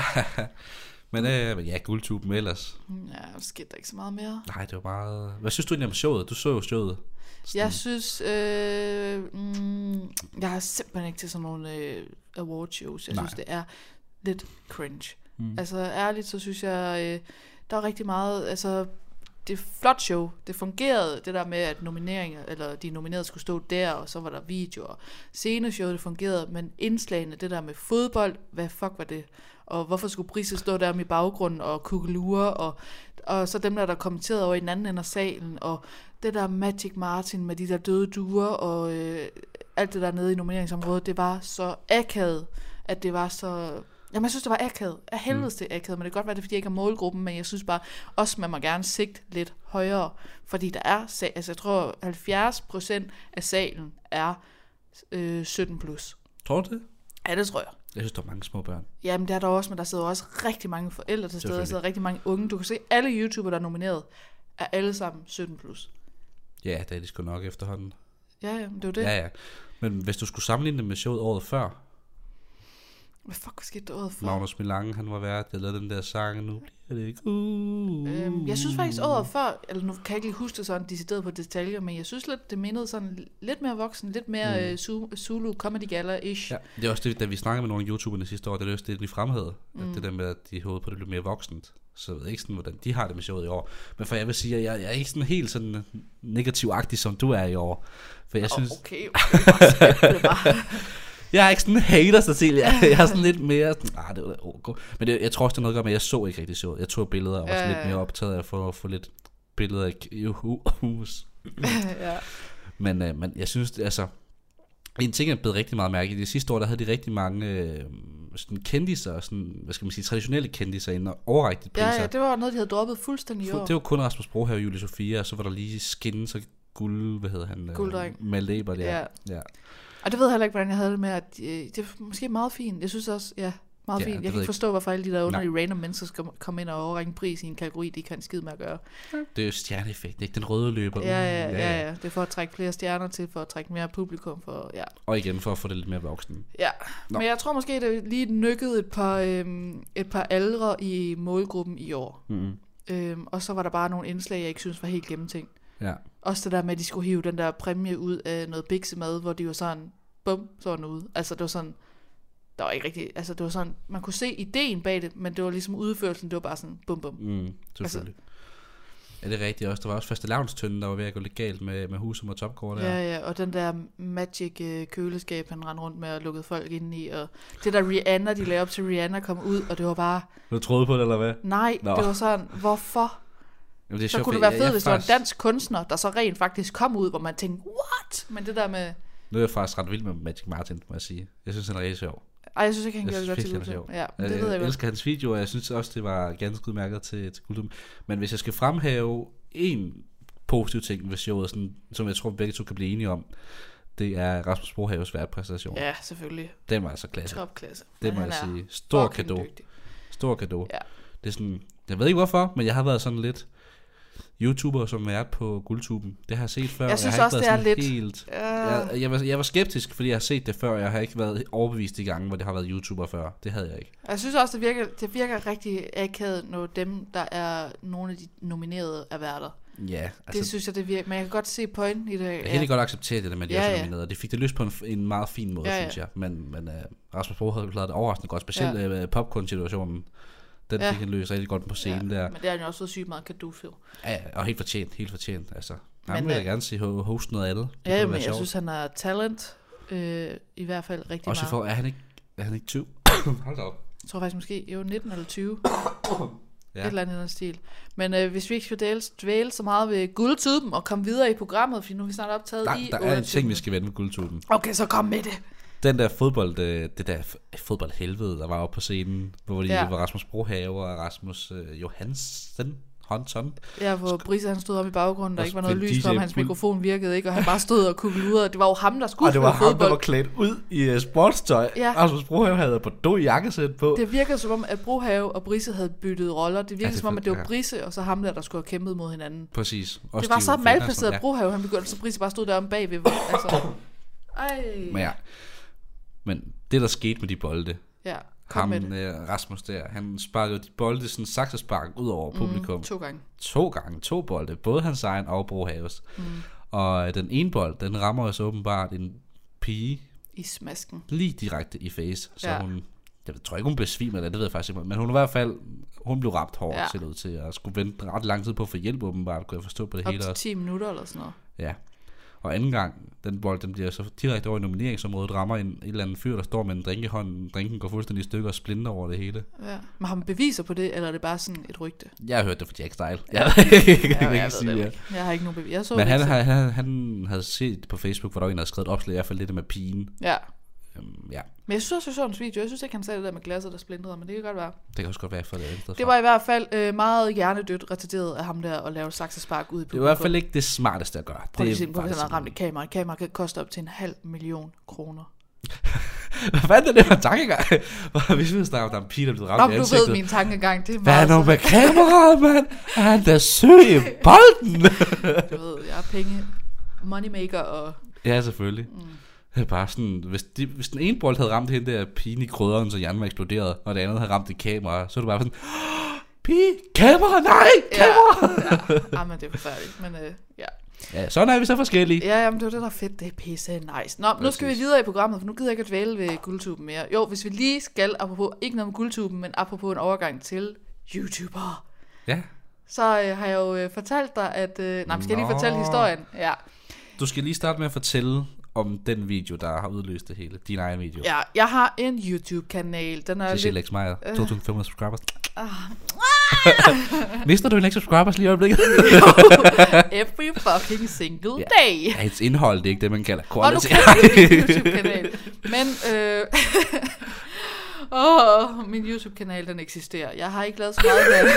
Men øh, ja, guldtuben ellers. Ja, der skete der ikke så meget mere. Nej, det var meget... Hvad synes du egentlig om showet? Du så jo showet. Sådan. Jeg synes, øh, mm, jeg har simpelthen ikke til sådan nogle øh, award shows. Jeg Nej. synes, det er lidt cringe. Mm. Altså ærligt, så synes jeg, øh, der er rigtig meget, altså det er flot show. Det fungerede, det der med, at nomineringer, eller de nominerede skulle stå der, og så var der videoer. Sceneshowet, det fungerede, men indslagene, det der med fodbold, hvad fuck var det? Og hvorfor skulle Brisse stå der med i baggrunden og kugelure, og, og så dem der, der kommenterede over i den anden ende af salen, og det der Magic Martin med de der døde duer, og øh, alt det der nede i nomineringsområdet, det var så akavet, at det var så Jamen, jeg synes, det var akavet. Af helvedes det akavet, men det kan godt være, det er, fordi jeg ikke er målgruppen, men jeg synes bare, også man må gerne sigte lidt højere, fordi der er, altså jeg tror, halvfjerds procent af salen er øh, sytten plus. Tror du det? Ja, det tror jeg. Jeg synes, der er mange små børn. Jamen, det er der også, men der sidder også rigtig mange forældre til stede, der sidder rigtig mange unge. Du kan se, alle YouTubere, der er nomineret, er alle sammen sytten plus. Ja, det er de sgu nok efterhånden. Ja, ja, det er det. Ja, ja. Men hvis du skulle sammenligne det med showet året før, hvad fuck skete der året før? Magnus Milang, han var vært, jeg lavede den der sang, nu bliver det ikke. Uh. Øhm, jeg synes faktisk året før, eller nu kan jeg ikke lige huske det sådan decideret på detaljer, men jeg synes lidt, det mindede sådan lidt mere voksen, lidt mere mm. uh, Zulu Comedy Gala-ish. Ja, det er også det, da vi snakkede med nogle af YouTuberne sidste år, det er også det, de fremhævede, mm. det der med, at de håbede på, det blev mere voksent. Så jeg ved ikke sådan, hvordan de har det med showet i år. Men for jeg vil sige, at jeg, jeg er ikke sådan helt sådan negativ-agtig, som du er i år. For jeg oh, synes... Okay, okay, det bare... Jeg er ikke sådan en hater, Cecilia. Jeg er sådan lidt mere... Ah, det var okay. Men det, jeg tror også, det er noget at gøre med, at jeg så ikke rigtig showet. Jeg tog billeder, og var ja, lidt mere optaget af at få, få lidt billeder af hus. ja. Men, øh, men jeg synes, det, altså... En ting er blevet rigtig meget mærke. I det sidste år, der havde de rigtig mange øh, sådan kendiser, sådan, hvad skal man sige, traditionelle kendiser inden og overrækte priser. Ja, ja, det var noget, de havde droppet fuldstændig i år. Det var kun Rasmus Brohave og Julie Sofia, og så var der lige Skins og Guld, hvad hedder han? Gulddreng. Øh, Malte Ebert, ja. ja. ja. Og det ved jeg heller ikke, hvordan jeg havde det med, at øh, det er måske meget fint. Jeg synes også, ja, meget ja, fint. Jeg kan ikke forstå, hvorfor alle de der underlige random mennesker skal komme ind og overrække en pris i en kategori, de kan skide med at gøre. Det er jo stjerneeffekt, det er ikke den røde løber. Ja, ja, ja, ja, ja. Det er for at trække flere stjerner til, for at trække mere publikum. For, ja. Og igen, for at få det lidt mere voksen. Ja, Nå. Men jeg tror måske, det lige nykkede et par, øhm, et par aldre i målgruppen i år. Mm-hmm. Øhm, og så var der bare nogle indslag, jeg ikke synes var helt gennemtænkt. Ja. Også det der med, at de skulle hive den der præmie ud af noget biksemad, hvor de var sådan... bum, så var den ude. Altså det var sådan, der var ikke rigtig, altså det var sådan, man kunne se ideen bag det, men det var ligesom udførelsen, det var bare sådan, bum bum. Mm, selvfølgelig. Altså, ja, det er rigtigt også. Der var også fastelavnstønden, der var ved at gå lidt galt med, med Husum og Topgård der. Ja, ja, og den der Magic øh, køleskab, han rendte rundt med og lukkede folk ind i, og det der Rihanna, de lavede op til Rihanna kom ud, og det var bare... Du troede på det, eller hvad? Nej, Nå. Det var sådan, hvorfor? Jamen, det er så sjovt, kunne det være fedt, hvis faktisk... det var en dansk kunstner, der så rent faktisk kom ud, hvor man tænkte, what? Men det der med... Nu er jeg faktisk ret vild med Magic Martin, må jeg sige. Jeg synes, han er rigtig sjov. Ej, jeg synes ikke, han gør det godt til det. Ja, det jeg, ved jeg, jeg elsker hans videoer, og jeg synes også, det var ganske udmærket til, til Guldum. Men hvis jeg skal fremhæve en positiv ting ved showet, sådan, som jeg tror, begge to kan blive enige om, det er Rasmus Brohaves værtpræstation. Ja, selvfølgelig. Den var altså klasse. Topklasse. Det må jeg sige. Stor cadeau. Stor cadeau. Ja. Det er sådan, jeg ved ikke hvorfor, men jeg har været sådan lidt... YouTuber, som er på Guldtuben. Det har jeg set før. Jeg synes jeg har også, ikke det er været lidt... Helt, uh... jeg, jeg, var, jeg var skeptisk, fordi jeg har set det før. Jeg har ikke været overbevist i gange, hvor det har været YouTuber før. Det havde jeg ikke. Jeg synes også, det virker, det virker rigtig akavet, når dem, der er nogle af de nominerede, er værter. Ja. Altså, det synes jeg, det virker. Men jeg kan godt se pointen i det. Jeg kan helt godt acceptere det, med de ja, også nominerede. Det fik det løst på en, en meget fin måde, ja, ja. synes jeg. Men, men uh, Rasmus Bro havde klaret det overraskende godt. Specielt ja. uh, popcorn-situationen. Den ja. fik han løst rigtig godt på scenen ja, der. Men det er jo også så sygt meget kadufil. Ja, og helt fortjent, helt fortjent. Altså, ham vil jeg gerne se host noget andet. Det ja, men jeg sjovt. synes, han har talent, øh, i hvert fald rigtig også meget. Også for, er han ikke, er han ikke tyve? Hold da op. Jeg tror faktisk måske, jo nitten eller tyve. ja. Et eller andet stil. Men øh, hvis vi ikke skal dvæle så meget ved Guldtuben og komme videre i programmet, for nu er vi snart optaget der, i... Der er en ting, vi skal vende med Guldtuben. Okay, så kom med det. Den der fodbold, det der fodboldhelvede, der var oppe på scenen, hvor de ja. var Rasmus Brohave og Rasmus uh, Johansen, Hansen. Ja, hvor Brisse han stod om i baggrunden, der ikke var noget lys på, hans mikrofon virkede ikke, og han bare stod og kuglede ud, og det var jo ham, der skulle spille fodbold. Og det var ham, der var klædt ud i uh, sportstøj. Ja. Rasmus Brohave havde på do jakkesæt på. Det virkede som om, at Brohave og Brisse havde byttet roller. Det virkede ja, det som om, at det var Brisse, og så ham der, der skulle have kæmpet mod hinanden. Præcis. Også det var så malplaceret, at Brohave, han begyndte, så Brisse bare stod der om bagved. Altså. Ej. Men ja. Men det der skete med de bolde, ja, ham øh, Rasmus der, han sparkede de bolde sådan saksespark ud over mm, publikum. To gange. To gange, to bolde, både hans egen og Brohaves. Mm. Og den ene bold, den rammer også åbenbart en pige. I smasken. Lige direkte i face, så ja. hun, jeg tror ikke hun blev svimet, eller det ved jeg faktisk ikke, men hun i hvert fald, hun blev ramt hårdt ja. til ud til, at skulle vente ret lang tid på at få hjælp åbenbart, kunne jeg forstå på det op hele. Op til ti minutter eller sådan noget. Ja. Og anden gang, den bold, den bliver så direkte over i nomineringsområdet, rammer en, en eller anden fyr, der står med en drink i hånden. Drinken går fuldstændig i stykker og splinter over det hele. Ja. Men har man beviser på det, eller er det bare sådan et rygte? Jeg har hørt det fra Jack Style. Ja. Jeg, jeg, jeg, jeg, jeg, sige, ja. jeg har ikke nogen beviser. Men han, han, han, han havde set på Facebook, hvor der var en, der havde skrevet et opslag, i hvert fald lidt med pigen. Ja. Øhm, ja. Men jeg synes også, det så en video. Jeg synes ikke, han sagde det der med glasset, der splindrede, men det kan godt være. Det kan også godt være for det andet. Det var i hvert fald øh, meget hjernedødt retarderet af ham der at lave saksespark ud i publikum. Det var i hvert fald ikke det smarteste at gøre. Prøv lige at se på, hvis han har ramt et kamera. Et kamera kan koste op til en halv million kroner. Hvad fanden er det for en tankegang? Hvis vi snakker om, der er en pige, der er blevet ramt i ansigtet. Du ved min tankegang, det er meget... Hvad er nu med kameraet, mand? Er han da søg i bolden? Du ved, jeg er penge, moneymaker og... Ja, selvfølgelig. Mm. Det er bare sådan, hvis, de, hvis den ene bold havde ramt hende der pigen i krydderen, så hjernen var eksploderet, og det andet havde ramt et kamera, så er det bare sådan, pige, kamera, nej, kamera! Ja, ja. Ah, men det er forfærdeligt, men øh, ja. Ja, sådan er vi så forskellige. Ja, jamen, det var det, der er fedt. Det er pisse nice. Nå, Præcis. Nu skal vi videre i programmet, for nu gider jeg ikke at dvæle ved guldtuben mere. Jo, hvis vi lige skal, apropos, ikke noget med guldtuben, men apropos en overgang til YouTuber. Ja. Så øh, har jeg jo øh, fortalt dig, at... Øh, nej, skal jeg lige fortælle historien? Ja. Du skal lige starte med at fortælle om den video, der har udløst det hele. Din egen video. Ja, jeg har en YouTube-kanal. Den er Cecilie lidt... Lex Meyer, to tusind fem hundrede subscribers. Uh. Mister du en ekstra subscribers lige i øjeblikket? Every fucking single ja. day. Ja, et indhold, det er ikke det, man kalder quality. Og nu kalder det min YouTube-kanal. Men, øh... Åh, oh, min YouTube-kanal, den eksisterer. Jeg har ikke lavet så meget af det.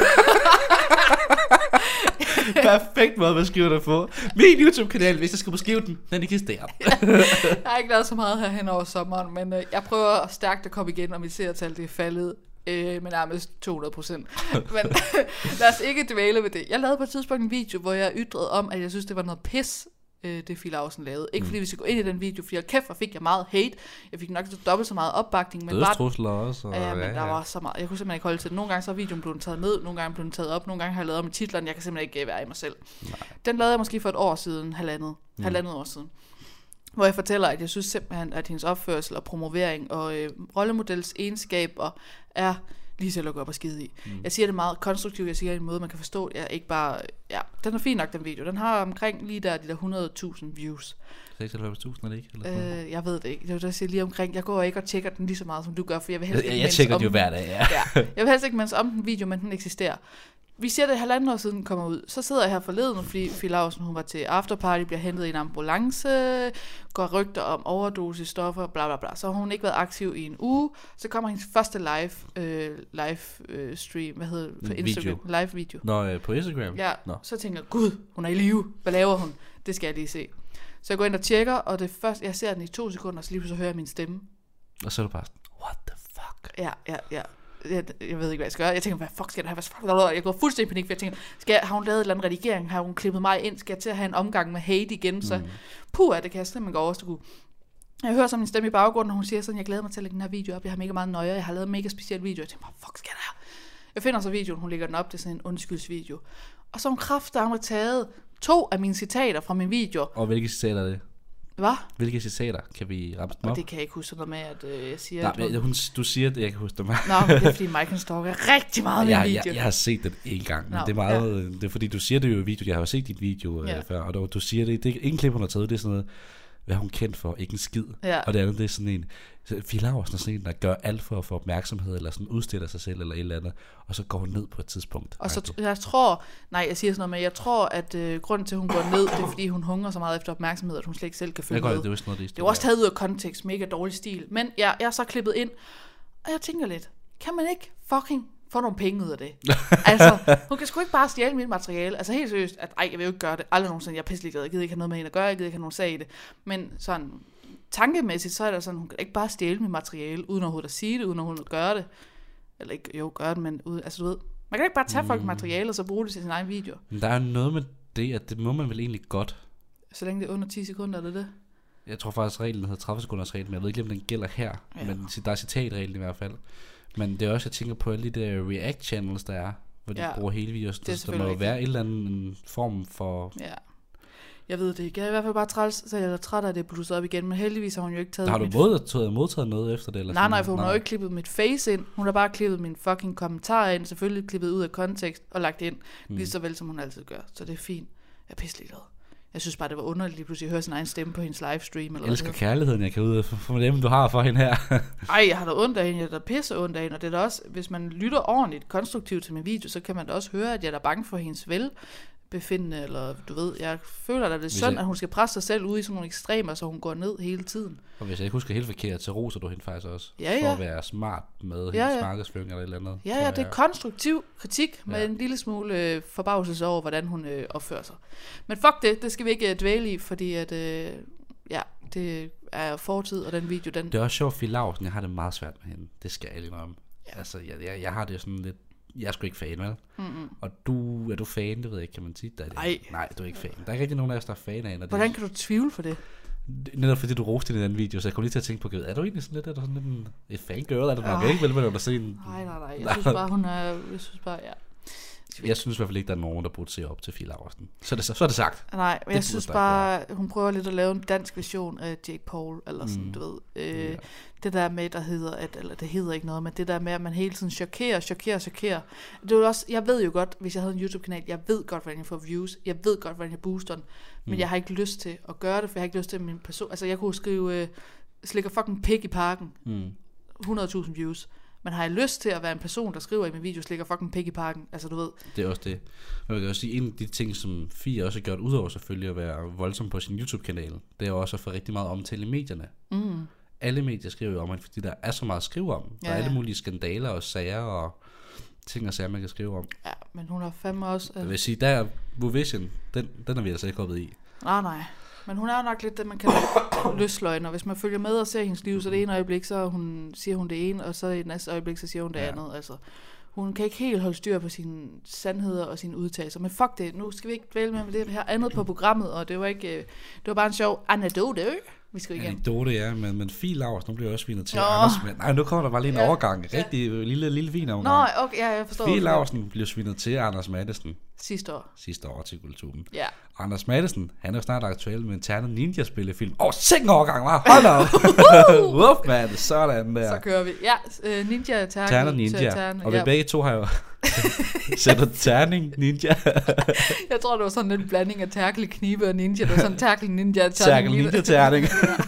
Perfekt måde at beskrive det på. Min YouTube-kanal, hvis jeg skal beskrive den, den eksisterer. Jeg har ikke lavet så meget her hen over sommeren, men øh, jeg prøver stærkt at komme igen, og mit seertal det er faldet øh, med nærmest to hundrede procent. Men lad os ikke dvæle ved det. Jeg lavede på et tidspunkt en video, hvor jeg ytrede om, at jeg synes, det var noget pis, det Fie Laursen lavede. Ikke mm. fordi vi skal gå ind i den video, fordi kæft, hvor fik jeg meget hate. Jeg fik nok dobbelt så meget opbakning. Men dødstrusler også. Og ja, men ja, der ja. var så meget. Jeg kunne simpelthen ikke holde til det. Nogle gange så er videoen blevet taget ned, nogle gange blev den taget op, nogle gange har jeg lavet om i titlerne. Jeg kan simpelthen ikke være i mig selv. Nej. Den lavede jeg måske for et år siden, halvandet, mm. halvandet år siden. Hvor jeg fortæller, at jeg synes simpelthen, at hendes opførsel og promovering og øh, rollemodels egenskaber er lige til at gå op og skide i. Mm. Jeg siger det meget konstruktivt, jeg siger det i en måde, man kan forstå. Jeg ikke bare, ja, den er fin nok, den video. Den har omkring lige der, de der hundrede tusind views. seksoghalvfems tusind eller ikke? Eller øh, jeg ved det ikke. Det er det, jeg siger lige omkring. Jeg går ikke og tjekker den lige så meget, som du gør, for jeg vil helst jeg, ikke jeg tjekker den jo hver dag, ja. ja. Jeg vil helst ikke mens om den video, men den eksisterer. Vi ser det halvanden år siden den kommer ud. Så sidder jeg her forleden, fordi Fie Laursen, hun var til afterparty, bliver hentet i en ambulance, går rygter om overdosis stoffer, bla bla bla. Så har hun ikke været aktiv i en uge. Så kommer hendes første live, øh, live øh, stream, hvad hedder det? Instagram, video. Live video. Nå, øh, på Instagram? Ja, Nå. Så tænker jeg, gud, hun er i live. Hvad laver hun? Det skal jeg lige se. Så jeg går ind og tjekker, og det første, jeg ser den i to sekunder, så lige pludselig hører jeg min stemme. Og så er du bare sådan, what the fuck? Ja, ja, ja. Jeg, jeg ved ikke, hvad jeg skal gøre. Jeg tænker, hvad fuck skal der have? Hvad fuck? Jeg går fuldstændig i panik, for jeg tænker, skal jeg, har hun lavet en eller anden redigering? Har hun klippet mig ind? Skal jeg til at have en omgang med hate igen? Så mm. puh, det kan jeg simpelthen gå overskue. Jeg hører så min stemme i baggrunden, og hun siger sådan, jeg glæder mig til at lægge den her video op. Jeg har mega meget nøje. Jeg har lavet en mega speciel video. Jeg tænker, hvad fuck skal der? Jeg finder så videoen, hun lægger den op. Det er sådan en undskyldsvideo. Og så hun kræfter, hun har taget to af mine citater fra min video. Og hvilke citater er det? Hvad? Hvilke citater kan vi ramme dem op? Og det kan jeg ikke huske noget med, at øh, jeg siger... Nej, men, hun, du siger, at jeg kan huske dem. Nå, men det er fordi Mike stalker rigtig meget med ja, video. Jeg, jeg har set den en gang, men Nå, det er meget... ja. Det er fordi, du siger det jo i video. Jeg har jo set dit video ja. øh, før, og du, du siger det... Det er ikke en klip, hun har taget. Det er sådan noget... Hvad er hun kendt for? Ikke en skid. Ja. Og det andet, det er sådan en... Fie Laursen er sådan en, der gør alt for at få opmærksomhed, eller sådan udstiller sig selv, eller et eller andet, og så går hun ned på et tidspunkt. Og så t- jeg tror, nej, jeg siger sådan noget, men jeg tror, at øh, grunden til, at hun går ned, det er, fordi hun hungrer så meget efter opmærksomhed, at hun slet ikke selv kan følge med. Det, det, er noget, det, det er jo også taget ud af kontekst, mega dårlig stil. Men ja, jeg er så klippet ind, og jeg tænker lidt, kan man ikke fucking få nogle penge ud af det? Altså, hun kan sgu ikke bare stjæle mit materiale. Altså helt seriøst, at ej, jeg vil jo ikke gøre det. Aldrig nogensinde, jeg er pisselig glad. Jeg gider ikke have noget med hende at gøre, jeg gider ikke have nogen sag i det. Men sådan... tankemæssigt, så er der sådan, hun kan ikke bare stjæle mit materiale, uden overhovedet at sige det, uden overhovedet at gøre det. Eller ikke, jo, gøre det, men ud, altså du ved, man kan ikke bare tage mm. folk materiale, og så bruge det til sin egen video. Men der er noget med det, at det må man vel egentlig godt. Så længe det er under ti sekunder, er det det? Jeg tror faktisk, reglen hedder tredive sekunders reglen, men jeg ved ikke, om den gælder her. Ja. Men der er citatreglen i hvert fald. Men det er også, jeg tænker på alle de der react channels, der er, hvor de ja. bruger hele videoer. Så der må jo være en eller anden form for... Ja. Jeg ved det ikke. Jeg er i hvert fald bare træls, så jeg er træt af, at det er blusset op igen. Men heldigvis har hun jo ikke taget... Har du mit... modtaget, modtaget noget efter det? Eller nej, nej, for hun nej. har jo ikke klippet mit face ind. Hun har bare klippet min fucking kommentar ind. Selvfølgelig klippet ud af kontekst og lagt ind. Mm. Lige så vel, som hun altid gør. Så det er fint. Jeg er pisselig glad. Jeg synes bare, det var underligt lige pludselig at høre sin egen stemme på hendes livestream. Eller jeg elsker kærligheden, jeg kan ud af for dem, du har for hende her. Ej, jeg har da ondt af hende. Jeg er da pisse ondt af hende. Og det er da også, hvis man lytter ordentligt konstruktivt til min video, så kan man da også høre, at jeg er da bange for hendes vel. befindende, eller du ved, jeg føler, at det er synd, jeg... at hun skal presse sig selv ud i sådan nogle ekstremer, så hun går ned hele tiden. Og hvis jeg ikke husker helt forkert, så roser du hende faktisk også, ja, ja. for at være smart med hendes ja, ja. markedsføring eller et eller andet. Ja, ja, det er konstruktiv kritik med ja. en lille smule øh, forbavselse over, hvordan hun øh, opfører sig. Men fuck det, det skal vi ikke øh, dvæle i, fordi at, øh, ja, det er fortid, og den video, den... Det er også sjovt, Fie Laursen, jeg har det meget svært med hende, det skal jeg lige om. Ja. Altså, jeg, jeg, jeg har det sådan lidt, jeg er sgu ikke fan, vel? Mm-mm. Og du, er du fan, det ved jeg ikke, kan man sige? Der er det. Nej. Nej, du er ikke fan. Der er ikke rigtig nogen af os, der er fan af hende. Hvordan kan du tvivle for det? Netop fordi du roste i den video, så jeg kom lige til at tænke på, er du egentlig sådan lidt, er du sådan lidt en, et fangirl, er du nok Ej. ikke, vel, men du se en... Nej, nej, nej, jeg synes bare, hun er, jeg synes bare, ja. Jeg synes i hvert fald ikke, der er nogen, der burde se op til Fie Laursen. Så er det, så, så er det sagt. Nej, men det jeg synes bare, hun prøver lidt at lave en dansk version af Jake Paul, eller sådan, mm. du ved. Øh, ja. Det der med, der hedder, at, eller det hedder ikke noget, men det der med, at man hele tiden chokerer, chokerer, chokerer. Det er jo også, jeg ved jo godt, hvis jeg havde en YouTube-kanal, jeg ved godt, hvordan jeg får views, jeg ved godt, hvordan jeg booster den, men mm. jeg har ikke lyst til at gøre det, for jeg har ikke lyst til, at min person, altså jeg kunne skrive, øh, slikker fucking pik i parken, mm. hundrede tusind views. Men har jeg lyst til at være en person, der skriver i min video, slikker fucking pik i parken? Altså, du ved. Det er også det. Jeg vil også sige, en af de ting, som Fie også har gjort, udover selvfølgelig at være voldsom på sin YouTube-kanal, det er jo også at få rigtig meget omtale i medierne. Mm. Alle medier skriver jo om det, fordi der er så meget at skrive om. Der ja, ja. er alle mulige skandaler og sager og ting og sager, man kan skrive om. Ja, men hun har fandme også... Uh... Jeg vil sige, der er Vuvision, den, den er vi altså ikke hoppet i. Nej, nej. Men hun er nok lidt det, man kalder løsløgn, og hvis man følger med og ser hendes liv, så det ene øjeblik, så hun, siger hun det ene, og så i det næste øjeblik, så siger hun det ja. andet. Altså, hun kan ikke helt holde styr på sine sandheder og sine udtalelser. Men fuck det, nu skal vi ikke dvæle med det her andet på programmet, og det var ikke, det var bare en sjov anekdote, vi skal igennem. Anekdote, ja, men, men Fie Laursen, nu bliver jeg også svinet til. Anders, men, nej, nu kommer der bare lige en ja. overgang. Rigtig ja. lille, lille vin overgang. Nå, okay, ja, jeg forstår. Fie Laursen blev svinet til Anders Mattesen. Sidste år. Sidste år til Kulturen. Ja. Anders Mattesen, han er jo snart aktuel med en Ternet Ninja-spillefilm. Åh, oh, sikke overgang, var. Hold op. Wuff, mand, sådan der. Så kører vi. Ja, uh, Ninja, Ternet. Ternet Ninja. Terne, og vi ja. begge to har jo sætter terning Ninja. Jeg tror, det var sådan en blanding af Terkel Knibe og Ninja. Det var sådan Terkel Ninja. Terkel Ninja terning.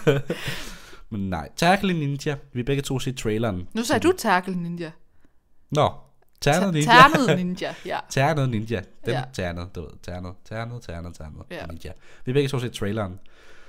Men nej, Terkel Ninja. Vi begge to set traileren. Nu sagde du Terkel Ninja. Nå. Ternet Ninja. Ternet Ninja, ja. Ternet Ninja. Den ja. ternet, du ved. Ternet, ternet, ternet, ternet. Ja. Ninja. Vi begge to set traileren.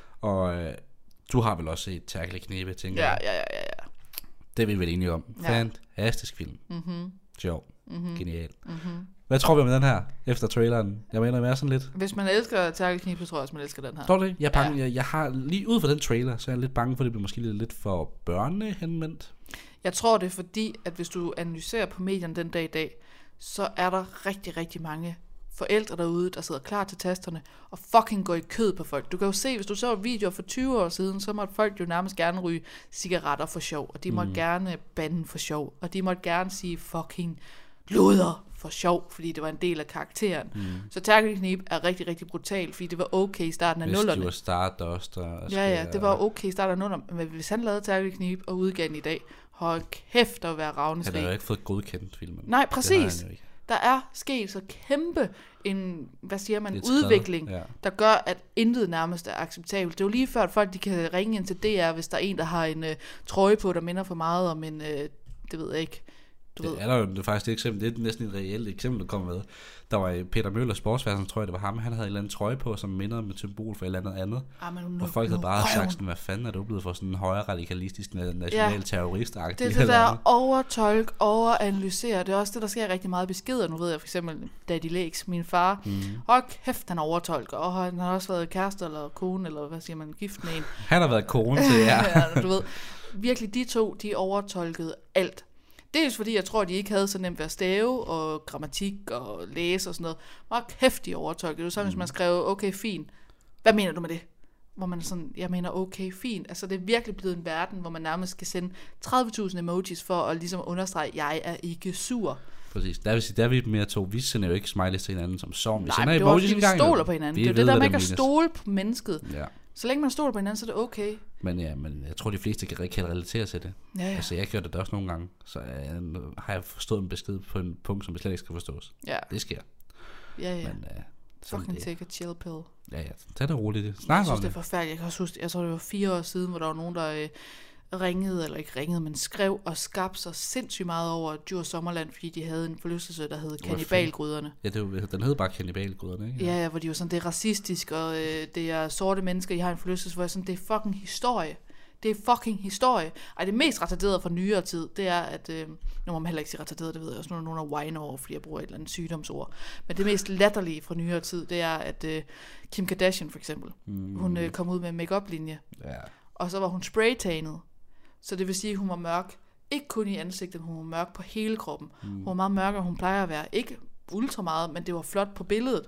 Og øh, du har vel også set Terkel Knibe, tænker ja, jeg. Ja, ja, ja, ja. Det er vi vel enige om. Ja. Fantastisk film. Mhm. Sjov. Mm-hmm. Genial. Mm-hmm. Hvad tror vi om den her, efter traileren? Jeg mener, jeg er sådan lidt... Hvis man elsker Terkel Knibe, så tror jeg også, man elsker den her. Tror du det? Jeg, er bange, ja. jeg, jeg har lige ud fra den trailer, så er jeg lidt bange for, at det bliver måske lidt, lidt for børnehenvendt. Jeg tror det er fordi, at hvis du analyserer på medierne den dag i dag, så er der rigtig, rigtig mange forældre derude, der sidder klar til tasterne og fucking går i kød på folk. Du kan jo se, hvis du så videoer for tyve år siden, så måtte folk jo nærmest gerne ryge cigaretter for sjov, og de måtte mm. gerne bande for sjov, og de måtte gerne sige fucking luder for sjov, fordi det var en del af karakteren. Mm. Så Terkel Knibe er rigtig, rigtig brutal, fordi det var okay i starten af nullerne. Hvis de var Stardust og... Ja, ja, det var okay i starten af nullerne, men hvis han lavede Terkel Knibe og udgav den i dag, hold kæft at være ravnesrig. Han har jo ikke fået godkendt filmen. Nej, præcis. Der er sket så kæmpe en, hvad siger man, udvikling, ja. der gør, at intet nærmest er acceptabelt. Det er jo lige før, at folk de kan ringe ind til D R, hvis der er en, der har en uh, trøje på, der minder for meget om en, uh, det ved jeg ikke. Du det ved. er der jo det er faktisk et eksempel, det er næsten et reelt eksempel, der kommer med. Der var Peter Møller, sportsverden, tror jeg, det var ham, han havde en eller anden trøje på, som minder om et symbol for et eller andet andet. Ah, men, og folk havde bare no, sagt sådan, hvad fanden er du blevet for sådan en højre radikalistisk national ja, terrorist. Det er det der overtolk, overanalysere, det er også det, der sker rigtig meget beskeder. Nu ved jeg for eksempel Daddy Legs, min far, mm. hold kæft, han overtolker, og han har også været kæreste eller kone, eller hvad siger man, gift med en. Han har været kone til, ja. ja du ved, virkelig de to, de overtolkede alt. Dels fordi, jeg tror, de ikke havde så nemt ved at stave, og grammatik, og læse og sådan noget. Hvor kæft, de overtolkede. Det var sådan, mm. hvis man skrev, okay, fint. Hvad mener du med det? Hvor man sådan, jeg mener, okay, fint. Altså, det er virkelig blevet en verden, hvor man nærmest skal sende tredive tusind emojis for at ligesom understrege, jeg er ikke sur. Præcis. Der vil sige, der er vi mere to. Vi sender jo ikke smileys til hinanden som sovn. Vi Nej, sender det var fordi, vi stoler på hinanden. Det er det der, man ikke kan stole på mennesket. Ja. Så længe man stoler på hinanden, så er det okay. Men ja, men jeg tror, de fleste kan, kan relatere til det. Ja, ja. Altså, jeg gør det også nogle gange. Så jeg, har jeg forstået en besked på en punkt, som jeg slet ikke skal forstås. Ja. Det sker. Ja, ja. Men, uh, fucking det. Take a chill pill. Ja, ja. Tag det roligt. Snak om det. Jeg synes, det er forfærdeligt. Jeg kan også huske, jeg tror, det var fire år siden, hvor der var nogen, der... Øh, ringede, eller ikke ringede, men skrev og skabte sig sindssygt meget over Djurs Sommerland, fordi de havde en forlystelse, der hed Kannibalgryderne. Ja, det var, den hed bare Kannibalgryderne, ikke? Ja, ja, hvor de var sådan, det er racistisk, og øh, det er sorte mennesker, I har en forlystelse, hvor jeg sådan, det er fucking historie. Det er fucking historie. Ej, det mest retarderede fra nyere tid, det er, at... Øh, nu må man heller ikke sige retarderet, det ved jeg også, nu er nogen af whine over, fordi jeg bruger et eller andet sygdomsord. Men det mest latterlige fra nyere tid, det er, at øh, Kim Kardashian for eksempel, mm. hun øh, kom ud med en make-up-linje, ja. Og så var hun spraytanet. Så det vil sige, at hun var mørk. Ikke kun i ansigtet, men hun var mørk på hele kroppen. Mm. Hun var meget mørkere, hun plejer at være. Ikke ultra meget, men det var flot på billedet.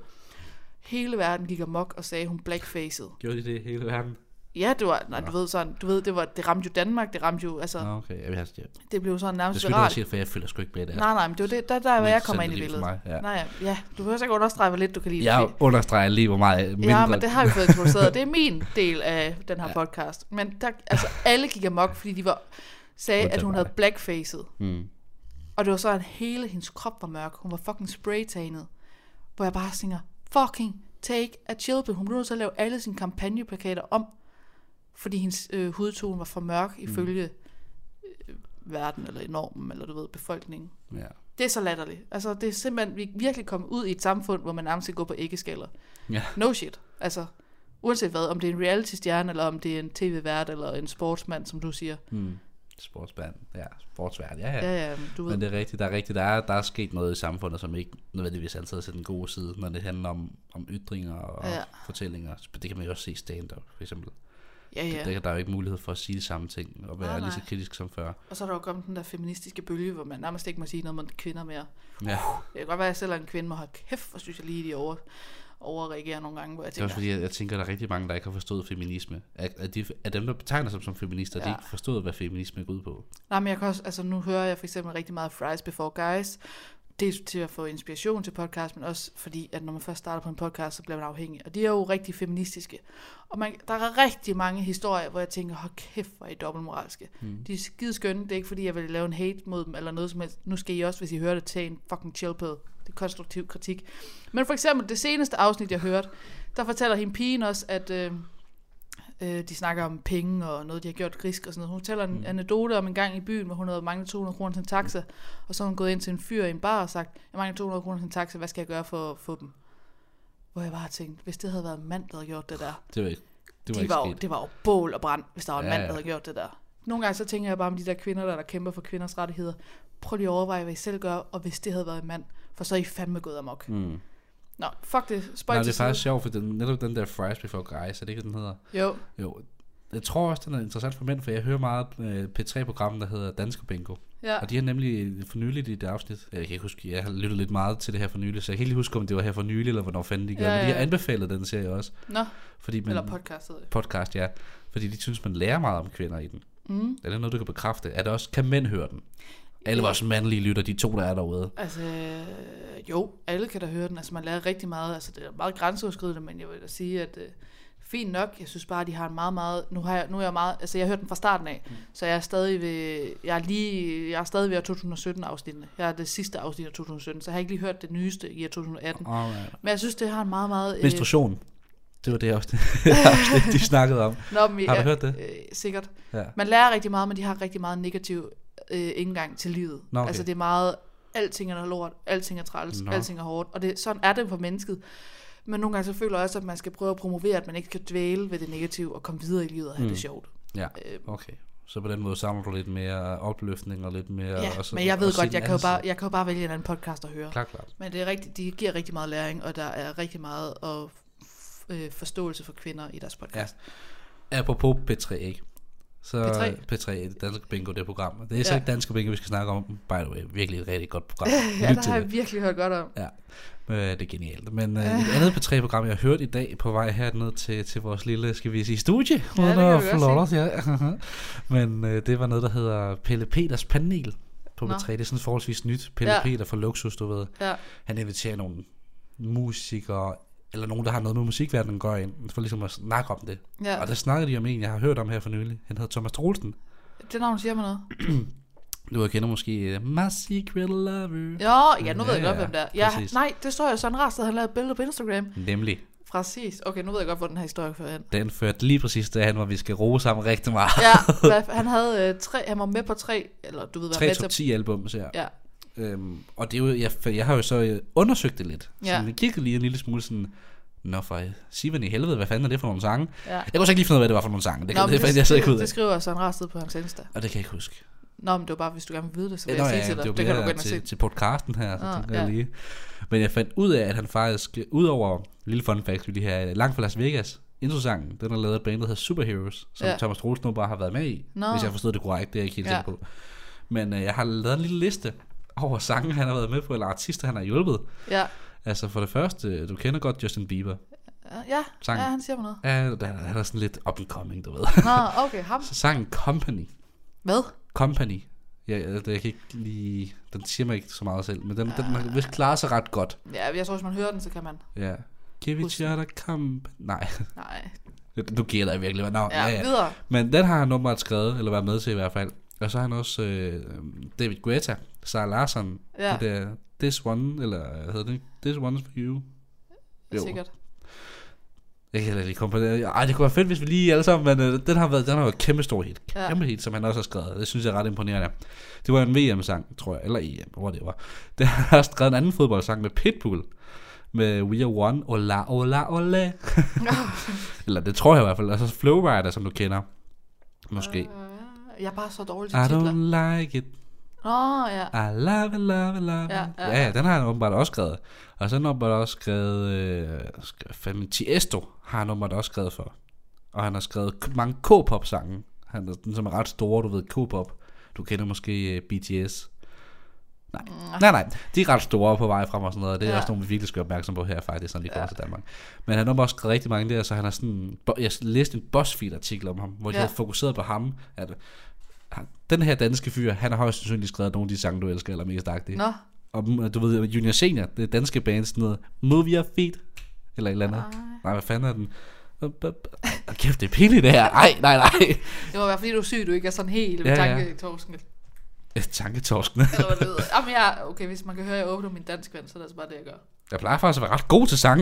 Hele verden gik amok og sagde, hun blackfaced. Gjorde de det hele verden? Ja, det var, nej, du ved sådan, du ved, det var, det ramte jo Danmark, det ramte jo, altså, okay, jeg vil have, ja. Det blev sådan nærmest viralt. Det skulle du sige, for jeg føler sgu ikke med det. Nej, nej, men det var det, der, der er, hvor jeg kommer ind i billedet. Mig, ja. Nej, ja, du behøver ikke understrege, hvor lidt du kan lide. Jeg understreger lige, hvor meget mindre. Ja, men det har vi fået introduceret, det er min del af den her ja. podcast. Men der, altså, alle gik amok, fordi de var, sagde, at hun havde blackfaced. Hmm. Og det var så, at hele hendes krop var mørk. Hun var fucking spraytanet. Hvor jeg bare tænker, fucking take a chill pill. Hun blev nødt til at lave alle sine kampagneplakater om, fordi hendes øh, hudtone var for mørk ifølge øh, verden, eller normen, eller du ved, befolkningen. Ja. Det er så latterligt. Altså, det er simpelthen, vi er virkelig kommet ud i et samfund, hvor man nærmest går på æggeskaller. Ja. No shit. Altså, uanset hvad, om det er en reality-stjerne, eller om det er en tv-vært, eller en sportsmand, som du siger. Hmm. Sportsmand, ja, sportsvært, ja, ja. ja, ja du ved. Men det er rigtigt, der er rigtigt, der er, der er sket noget i samfundet, som ikke nødvendigvis altid er til den gode side, når det handler om, om ytringer og ja. fortællinger. Det kan man jo også se stand-up, for eksempel. Ja, ja. Der, der er jo ikke mulighed for at sige de samme ting og være ah, lige så kritisk som før. Og så er der jo kommet den der feministiske bølge, hvor man nærmest ikke må sige noget om kvinder mere. Ja. Uh, det kan godt være, at jeg selv er en kvinde, må have kæft, hvor synes jeg lige, de over, overreagerer nogle gange, hvor jeg tænker... Det er også fordi, jeg, jeg tænker, at der er rigtig mange, der ikke har forstået feminisme. At, at, de, at dem, der betegner sig som feminister, ja. de ikke forstået, hvad feminisme går ud på. Nej, men jeg kan også, altså nu hører jeg for eksempel rigtig meget Fries Before Guys. Det er til at få inspiration til podcast, men også fordi, at når man først starter på en podcast, så bliver man afhængig. Og de er jo rigtig feministiske. Og man, der er rigtig mange historier, hvor jeg tænker, hold kæft, hvor er I dobbeltmoralske. Mm. De er skide skønne. Det er ikke fordi, jeg vil lave en hate mod dem, eller noget som helst. Nu skal I også, hvis I hører det, tage en fucking chill pill. Det er konstruktiv kritik. Men for eksempel, det seneste afsnit, jeg hørte, der fortæller hende pigen også, at... Øh, de snakker om penge og noget, de har gjort grisk og sådan noget. Hun fortæller en mm. anekdote om en gang i byen, hvor hun havde manglet to hundrede kroner til en taxa, og så har hun gået ind til en fyr i en bar og sagt, jeg mangler to hundrede kroner til en taxa, hvad skal jeg gøre for at få dem? Hvor jeg bare havde tænkt, hvis det havde været en mand, der havde gjort det der, det var ikke, det var de ikke var jo, det var jo bål og brand, hvis der var en ja, mand, der havde gjort det der. Nogle gange så tænker jeg bare om de der kvinder, der, der kæmper for kvinders rettigheder. Prøv lige at overveje, hvad I selv gør, og hvis det havde været en mand, for så er I fandme gået amok. Mm. Nå, fuck det. Spøj Nej, det er faktisk sjovt, for den, netop den der Fries Before Guys, er det ikke, den hedder? Jo. Jo. Jeg tror også, den er interessant for mænd, for jeg hører meget øh, P tre-program, der hedder Danske Bingo. Ja. Og de har nemlig for nyligt i det afsnit, jeg kan ikke huske, jeg har lyttet lidt meget til det her for nyligt, så jeg kan ikke huske, om det var her for nyligt, eller hvornår fanden de gør, ja, ja. Men de har anbefalet den serie også. Nå, fordi man, eller podcast. Podcast, ja. Fordi de synes, man lærer meget om kvinder i den. Mm. Er det noget, du kan bekræfte? Er det også, kan mænd høre den? Alle vores mandlige lytter, de to, der er derude. Altså, jo, alle kan da høre den. Altså, man lærer rigtig meget. Altså, det er meget grænseoverskridende, men jeg vil da sige, at... Øh, fint nok. Jeg synes bare, de har en meget, meget... Nu, har jeg, nu er jeg meget... Altså, jeg har hørt den fra starten af, mm. så jeg er stadig ved... Jeg er lige... Jeg er stadig ved to tusind sytten afsnittene. Jeg er det sidste afsnit af to tusind sytten, så jeg har ikke lige hørt det nyeste i to tusind atten. Oh, ja. Men jeg synes, det har en meget, meget... Menstruation. Øh... Det var det afsnit, de snakkede om. Nå, men, har du ja, hørt det? Øh, sikkert. Ja. Man lærer rigtig meget, men de har rigtig meget negativ øh, indgang til livet. Nå, okay. Altså, det er meget... Alting er lort, alting er træls, Nå. alting er hårdt. Og det, sådan er det for mennesket. Men nogle gange så føler jeg også, at man skal prøve at promovere, at man ikke skal dvæle ved det negative og komme videre i livet og have mm. det sjovt. Ja, okay. Så på den måde samler du lidt mere opløftning og lidt mere... Ja, også, men jeg ved godt, jeg kan, jo bare, jeg kan jo bare vælge en anden podcast at høre. Klart, klart. Men det er rigtig, de giver rigtig meget læring, og der er rigtig meget og, øh, forståelse for kvinder i deres podcast. Ja. Apropos P tre, ikke? Så P tre? P tre, Danske Bingo, det program. Det er så ja. ikke Danske Bingo, vi skal snakke om. By the way, virkelig et rigtig godt program. Ja, det har jeg virkelig hørt godt om. Ja, det er genialt. Men uh, et andet P tre-program, jeg har hørt i dag på vej herned til, til vores lille, skal vi sige, studie. Ja, det kan vi godt sige. Ja. Men uh, det var noget, der hedder Pelle Peters panel på P tre. Det er sådan forholdsvis nyt. Pelle ja. Peter fra Luxus, du ved. Ja. Han inviterer nogle musikere, eller nogen, der har noget med musikverdenen at gøre ind, for ligesom at snakke om det. Ja. Og der snakkede de om en, jeg har hørt om her for nylig. Han hedder Thomas Troelsen. Det navn siger mig noget. Du kender måske uh, My Secret Lover. Ja, ja, nu ved jeg ja, godt, hvem det er. Ja, nej, det står jo sådan rart, at han lavede et billede på Instagram. Nemlig. Præcis. Okay, nu ved jeg godt, hvor den her historie fører hen. Den førte lige præcis derhen, hvor vi skal rose sammen rigtig meget. Ja, hvad, han havde øh, tre, han var med på tre, eller du ved hvad. Tre top ti albums, ja. Ja. Øhm, og det er jo, jeg, jeg har jo så øh, undersøgt det lidt. Så Ja. jeg kiggede lige en lille smule sådan, nå for Sivan i helvede, hvad fanden er det for nogle sange? Ja. Jeg kunne så ikke lige finde ud af, hvad det var for nogle sange. Det, Nå, kan, det, det, det, jeg sidder ikke ud det, af. det skriver Søren Rasted på hans Insta. Og det kan jeg ikke huske. Nå, men det var bare, hvis du gerne vil vide det, så vil Nå, jeg ja, sige til dig. det, Det kan du gå ind og til, se. til podcasten her, så Ah, tænker ja. jeg lige. Men jeg fandt ud af, at han faktisk, udover lille fun fact, vi lige her, Langt fra Las Vegas, introsangen, den har lavet et band, der hedder Superheroes, som Ja. Thomas Troelsen nu bare har været med i, Nå. hvis jeg forstod det korrekt, det er jeg ikke helt Ja. sikker på. Men øh, jeg har lavet en lille liste over sange, han har været med på, eller artister, han har hjulpet. Ja. Altså for det første, du kender godt Justin Bieber. Ja, Sangen. ja, han siger mig noget. Ja, han han er sådan lidt up and coming, du ved. Nå, okay, ham. Så sangen Company. Hvad? Company. Ja, jeg, jeg kan ikke lige... Den siger mig ikke så meget selv, men den, den har vist klaret sig ret godt. Ja, jeg tror, hvis man hører den, så kan man. Ja. Give each other company. Nej, Nej. nu giver jeg dig virkelig. Nå, Ja, ja, ja. videre. Men den har han åbenbart skrevet, eller været med til i hvert fald. Og så har han også øh, David Guetta, Sarah Larsson. Ja. Det der This One, eller hvad hedder det ikke? This One's for You. Jo. Sikkert. Jeg kan heller ikke komme på det. Ej, det kunne være fedt, hvis vi lige alle sammen, men øh, den har været, den har været kæmpe stor hit. Kæmpe Ja. hit, som han også har skrevet. Det synes jeg er ret imponerende. Det var en V M-sang, tror jeg, eller E M, hvor det var. Det har også skrevet en anden fodboldsang med Pitbull, med We Are One, Ola, Ola, Ola. Eller det tror jeg i hvert fald. Altså Flowrider, som du kender. Måske. Øh, jeg er bare så dårlig I til titler. don't like it. Nå, ja. I love it, love it, love it. Ja, ja, ja, ja, den har han åbenbart også skrevet. Og så har han åbenbart også skrevet... Øh, fandme, Tiesto har han åbenbart også skrevet for. Og han har skrevet k- mange K-pop-sange. Han er den, som er ret store, du ved, K-pop. Du kender måske uh, B T S. Nej. Mm. nej, nej, de er ret store på vej frem og sådan noget. Det er Ja. også nogle, vi virkelig skal være opmærksom på her, faktisk, sådan lige Ja. ja. til Danmark. Men han har også skrevet rigtig mange der, så han har sådan... Jeg læste en BuzzFeed-artikel om ham, hvor de Ja. havde fokuseret på ham, at han- den her danske fyr, han har højst sandsynligt skrevet nogle af de sange, du elsker allermest agtigt. Nå. Og mm, du ved, Junior Senior, det danske band, sådan noget, Move Your Feet, eller et eller andet. Nej. Nej, hvad fanden er den? Oh, kæft, det er pinligt det her. Ej, nej, nej. Det må være, fordi du er syg, du ikke er sådan helt Ja, ja, ja. tanketorsken. Tanketorsken. Eller hvad det hedder. Jamen, jeg, okay, hvis man kan høre, at jeg åbner min dansk ven, så er det altså bare det, jeg gør. Jeg plejer faktisk at være ret god til sange.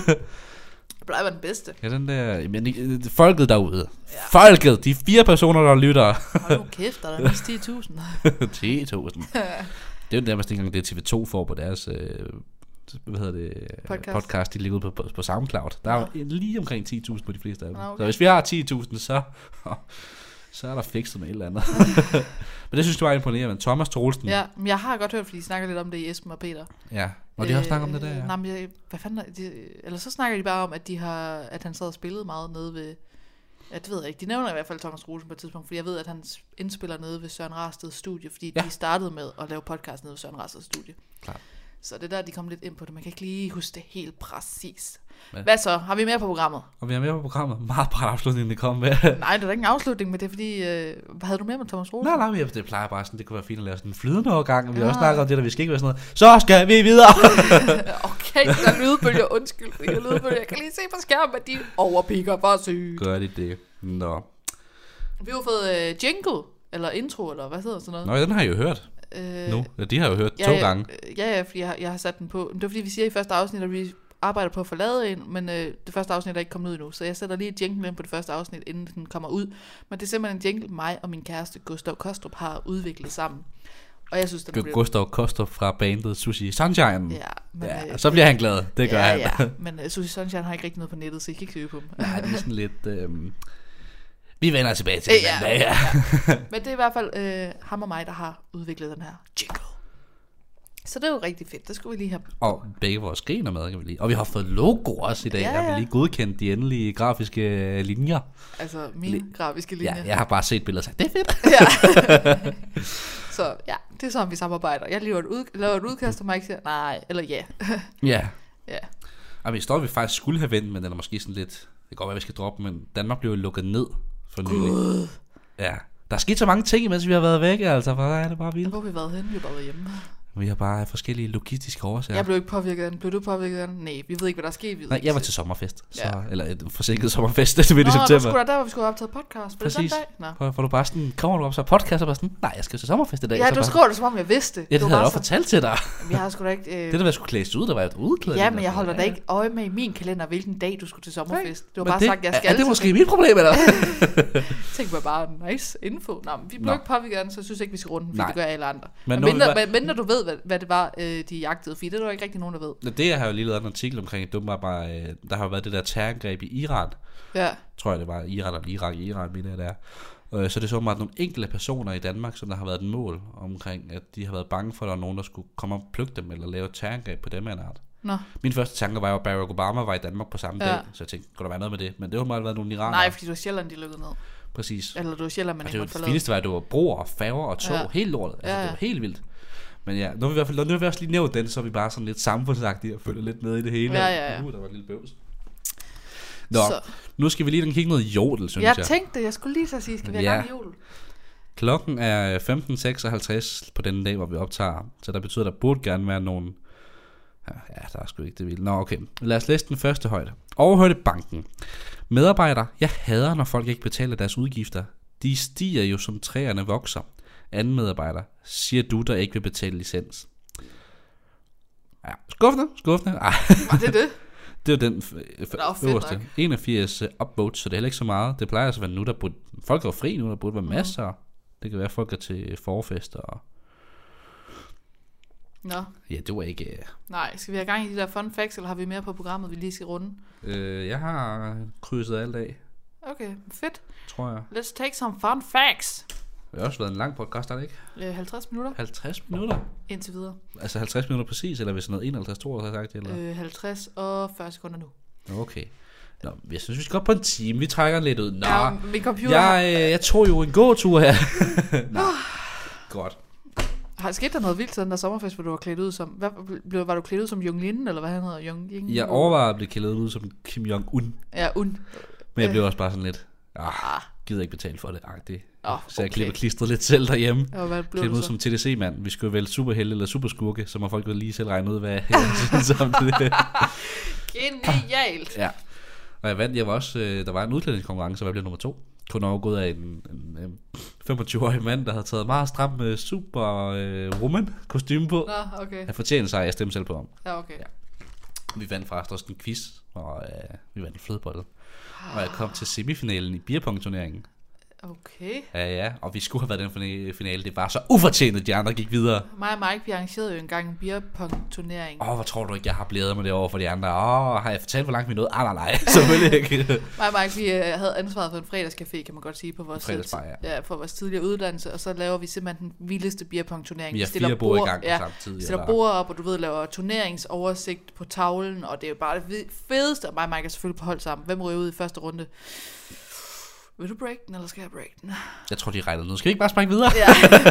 Jeg plejer at være den bedste. Ja, den der, men øh, folket derude. Ja. Folket, de fire personer, der lytter. Hold nu kæft, der er der mindst ti tusind. ti tusind. Det er jo nærmest ikke engang det, T V to får på deres øh, hvad hedder det, Podcast. podcast, de ligger ud på, på, på SoundCloud. Der er jo lige omkring ti tusind på de fleste af dem. Ah, okay. Så hvis vi har ti tusind, så, så er der fikset med et eller andet. Men det synes du var imponerende. Men Thomas Troelsen. Ja, men jeg har godt hørt, fordi de snakker lidt om det i Esben og Peter. Ja. Og de har også snakket om det der, ja. Nej, men jeg, hvad fanden er de, eller så snakker de bare om, at de har, at han sad og spillede meget nede ved, ja, det ved jeg ikke, de nævner i hvert fald Thomas Troelsen på et tidspunkt, fordi jeg ved, at han indspiller nede ved Søren Rasteds studie, fordi Ja. de startede med at lave podcast nede ved Søren Rasteds studie. Klart. Så det er der, de kom lidt ind på det. Man kan ikke lige huske det helt præcis. Hvad? Hvad så? Har vi mere på programmet? Og vi har med på programmet. Meget bræt afslutning, det kom med. Nej, det er da ikke en afslutning, men det er fordi, øh, hvad havde du mere med Thomas Troelsen? Nej, nej, men det plejer bare sådan, det kunne være fint at lave sådan en flydende overgang. Og vi har Ja. også snakket om det, der vi skal ikke være sådan noget. Så skal vi videre. Okay, der er lydbølger. Undskyld, det er lydbølger. Jeg kan lige se på skærmen, at de overpikker for sygt. Gør de det? Nå. Vi har fået øh, jingle, eller intro, eller hvad hedder sådan noget? Nå, den har I jo hørt Øh, nu. Ja, de har jo hørt ja, to ja, gange. øh, Ja, ja, fordi jeg, har- jeg har sat den på. Men det er fordi, vi siger i første afsnit, at vi arbejder på at forlade en, men øh, det første afsnit er ikke kommet ud endnu. Så jeg sætter lige et jingle ind på det første afsnit, inden den kommer ud. Men det er simpelthen en jingle, mig og min kæreste, Gustav Kostrup, har udviklet sammen. Og jeg synes, den bliver... Gustav Kostrup fra bandet Sushi Sunshine. Ja, men, Ja, øh, så bliver han glad. Det gør ja, han. ja, men uh, Susie Sunshine har ikke rigtig noget på nettet, så I kan ikke søge på dem. Nej, det er sådan lidt... Øh... Vi vender tilbage til Øh, det. ja, Ja, ja. ja. Men det er i hvert fald øh, ham og mig, der har udviklet den her jingle. Så det er jo rigtig fedt. Det skulle vi lige have. Og begge vores griner med, kan vi lige. Og vi har fået logo også i dag. Ja, Ja, ja. ja. Vi lige godkendt de endelige grafiske linjer. Altså mine grafiske linjer. Ja, jeg har bare set billeder og sagt, det er fedt. Ja. Så ja, det er sådan, vi samarbejder. Jeg laver et, ud, laver et udkast, og Mike siger, nej, eller ja. Ja. Ja. Og vi står, vi faktisk skulle have vendt, men den er måske sådan lidt... Det kan godt være, vi skal droppe, men Danmark blev jo lukket ned for nylig. Ja. Der er sket så mange ting, mens vi har været væk, altså. Hvor er det bare vildt. Hvor har vi været henne? Vi har bare været hjemme. Vi har bare forskellige logistiske årsager. Jeg blev ikke påvirket af den. Blev du påvirket af den? Nej, vi ved ikke, hvad der er sket. Vi ved Nej, ikke jeg var til- til sommerfest. Så, Ja. Eller et forsinket sommerfest, det er midt i Nå, september. der skulle der, der, hvor vi skulle have optaget podcast. Var det den Præcis. dag? Nå. For, for du bare sådan, kommer du op så podcast og bare sådan, nej, jeg skal til sommerfest i dag. Ja, så du bare, skriver det, som om jeg vidste. Ja, det var havde jeg bare også fortalt til dig. sådan, Vi har sgu da ikke... Øh... Det der, jeg skulle klædes ud, der var jo et udklædning. Ja, men jeg holder da ikke øje med i min kalender, hvilken dag du skulle til sommerfest. Du har Men bare det, sagt, jeg skal er, er det til måske mit problem, eller? Tænk mig bare, nice info. Nå, men vi blev Nå. ikke påvirket af den, så jeg synes ikke, vi skal runde den, fordi Nej. det gør alle andre. Men Men nu er mindre, vi bare- men mindre du ved, hvad, hvad det var, øh, de jagtede, fordi det er der jo ikke rigtig nogen, der ved. Det jeg har jo lige lavet en artikel omkring, det var bare, øh, der har jo været det der terrorangreb i Iran. Ja, Tror jeg, det var Iran eller Irak i Iran, mener jeg det er. Øh, Så det er så meget nogle enkelte personer i Danmark, som der har været et mål omkring, at de har været bange for, at der er nogen, der skulle komme og plukke dem, eller lave et terrorangreb på dem eller art. nå. Min første tanke var jo, at Barack Obama var i Danmark på samme Ja. dag, så jeg tænkte, kunne der være noget med det? Men det har meget været nogle iranere. Nej, fordi du var Sjælland, de lukkede ned. Præcis. Eller du var Sjælland, men Og det ikke var måtte det forlade. fineste var, at det var broer og færger og tog, Ja. ja. helt lortet. Altså, Ja, ja, ja. det var helt vildt. Men ja, nu har vi i hvert fald nu har vi også lige nævnt den, så er vi bare sådan lidt samfundsagtige og følger lidt med i det hele. Ja, ja, ja. Uh, der var et lille bøvs. Nå, Så, nu skal vi lige kigge noget jodel, synes jeg. jeg tænkte, jeg skulle lige så sige, skal vi have Ja. gang i jul? Klokken er femten seksoghalvtreds på denne dag, hvor vi optager. Så der betyder, at der burde gerne være nogen... Ja, ja, der er sgu ikke det vildt. Nå, okay. Lad os læse den første højde. Overhørte banken. Medarbejder, jeg hader, når folk ikke betaler deres udgifter. De stiger jo, som træerne vokser. Anden medarbejder, siger du, der ikke vil betale licens. Ja, skuffende, skuffende. Ej, Var det det? det er jo den f- f- Nå, fedt øverste. nok. enogfirs upvotes, så det er heller ikke så meget. Det plejer altså at være nu, der burde... Folk er jo fri nu, der burde være masser. Det kan være, at folk er til forfester. Og... Nå, Ja, det var ikke... nej. Skal vi have gang i de der fun facts, eller har vi mere på programmet, vi lige skal runde? Øh, jeg har krydset alt af, Okay, fedt. tror jeg. Let's take some fun facts. Det har også været en lang podcast, er det ikke? Øh, halvtreds minutter halvtreds minutter? indtil videre. Altså halvtreds minutter præcis, eller hvis noget enoghalvtreds to har sagt, eller? Øh, halvtreds og fyrre sekunder nu. Okay. Nå, jeg synes, vi skal op på en time. Vi trækker den lidt ud. Nå, Ja, min computer jeg, øh, jeg tog jo en gåtur her. Nå, godt. har sket der noget vildt til den der sommerfest, hvor du var klædt ud som... Hvad, blev, var du klædt ud som Jung Lin, eller hvad han hedder? Jung Ying? Jeg overvejede at blive kældet ud som Kim Jong-un, Ja, un. men jeg blev Øh. også bare sådan lidt, ah, Ah, gider ikke betale for det. Ah, det. oh, Så jeg okay. klipper klistret lidt selv derhjemme. Og hvad blev Klædt du ud så? som T D C-mand. Vi skulle jo vælge superhelte eller superskurke, så må folk jo lige selv regne ud, hvad jeg synes om det. Genialt. Ja. Og jeg vandt, jeg var også, øh, der var en udklædningskonkurrence, og jeg blev nummer to. Kun overgået af en, en, en femogtyve-årig mand, der havde taget meget stram øh, super øh, woman kostume på. Nå, okay. Jeg fortjener sig, jeg stemte selv på ham. Ja, okay. Ja. Vi vandt faktisk også en quiz, og øh, vi vandt en flødebolle. Og jeg kom til semifinalen i beerpong-turneringen. Okay. Ja, ja, og vi skulle have været den fina- finale. Det var så ufortjent, at de andre gik videre. Mig og Mike, vi arrangerede jo engang en beerpong-turnering. Åh, oh, hvor tror du ikke, jeg har blæret mig det over for de andre? Åh, oh, har jeg fortalt, hvor langt vi nåede? Ah, nej, nej, selvfølgelig ikke. Mig og Mike, vi øh, havde ansvaret for en fredagscafé, kan man godt sige, på vores, Fredagsbar, ja. ja, for vores tidligere uddannelse, og så laver vi simpelthen den vildeste beerpong-turnering. Vi har stiller fire bord i bord- gang på ja, samme tid. stiller eller- bord op, og du ved, laver turneringsoversigt på tavlen, og det er jo bare det fedeste, og mig og Mike er selvfølgelig på hold sammen. Hvem ryger ud i første runde? Vil du break den, eller skal jeg break den? Jeg tror, de regnede nu. Skal vi ikke bare springe videre? Ja.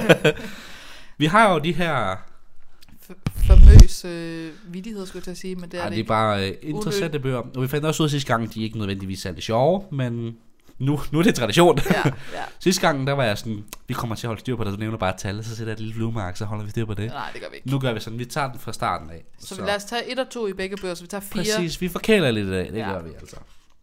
Vi har jo de her... F- famøs øh, vittigheder, skulle jeg til at sige, men det er Ej, det det er ikke. bare øh, interessante bøger. Og vi fandt også ud af sidste gang, de er ikke nødvendigvis særlig sjove, men nu, nu er det tradition. Ja, ja. Sidste gang, der var jeg sådan, vi kommer til at holde styr på det, du nævner bare et tal, så sætter jeg et lille fluemark, så holder vi styr på det. Nej, det gør vi ikke. Nu gør vi sådan, vi tager den fra starten af. Så, så lad os tage et og to i begge bøger, så vi tager fire. Præcis, vi forkæler lidt af, det Ja. gør vi altså.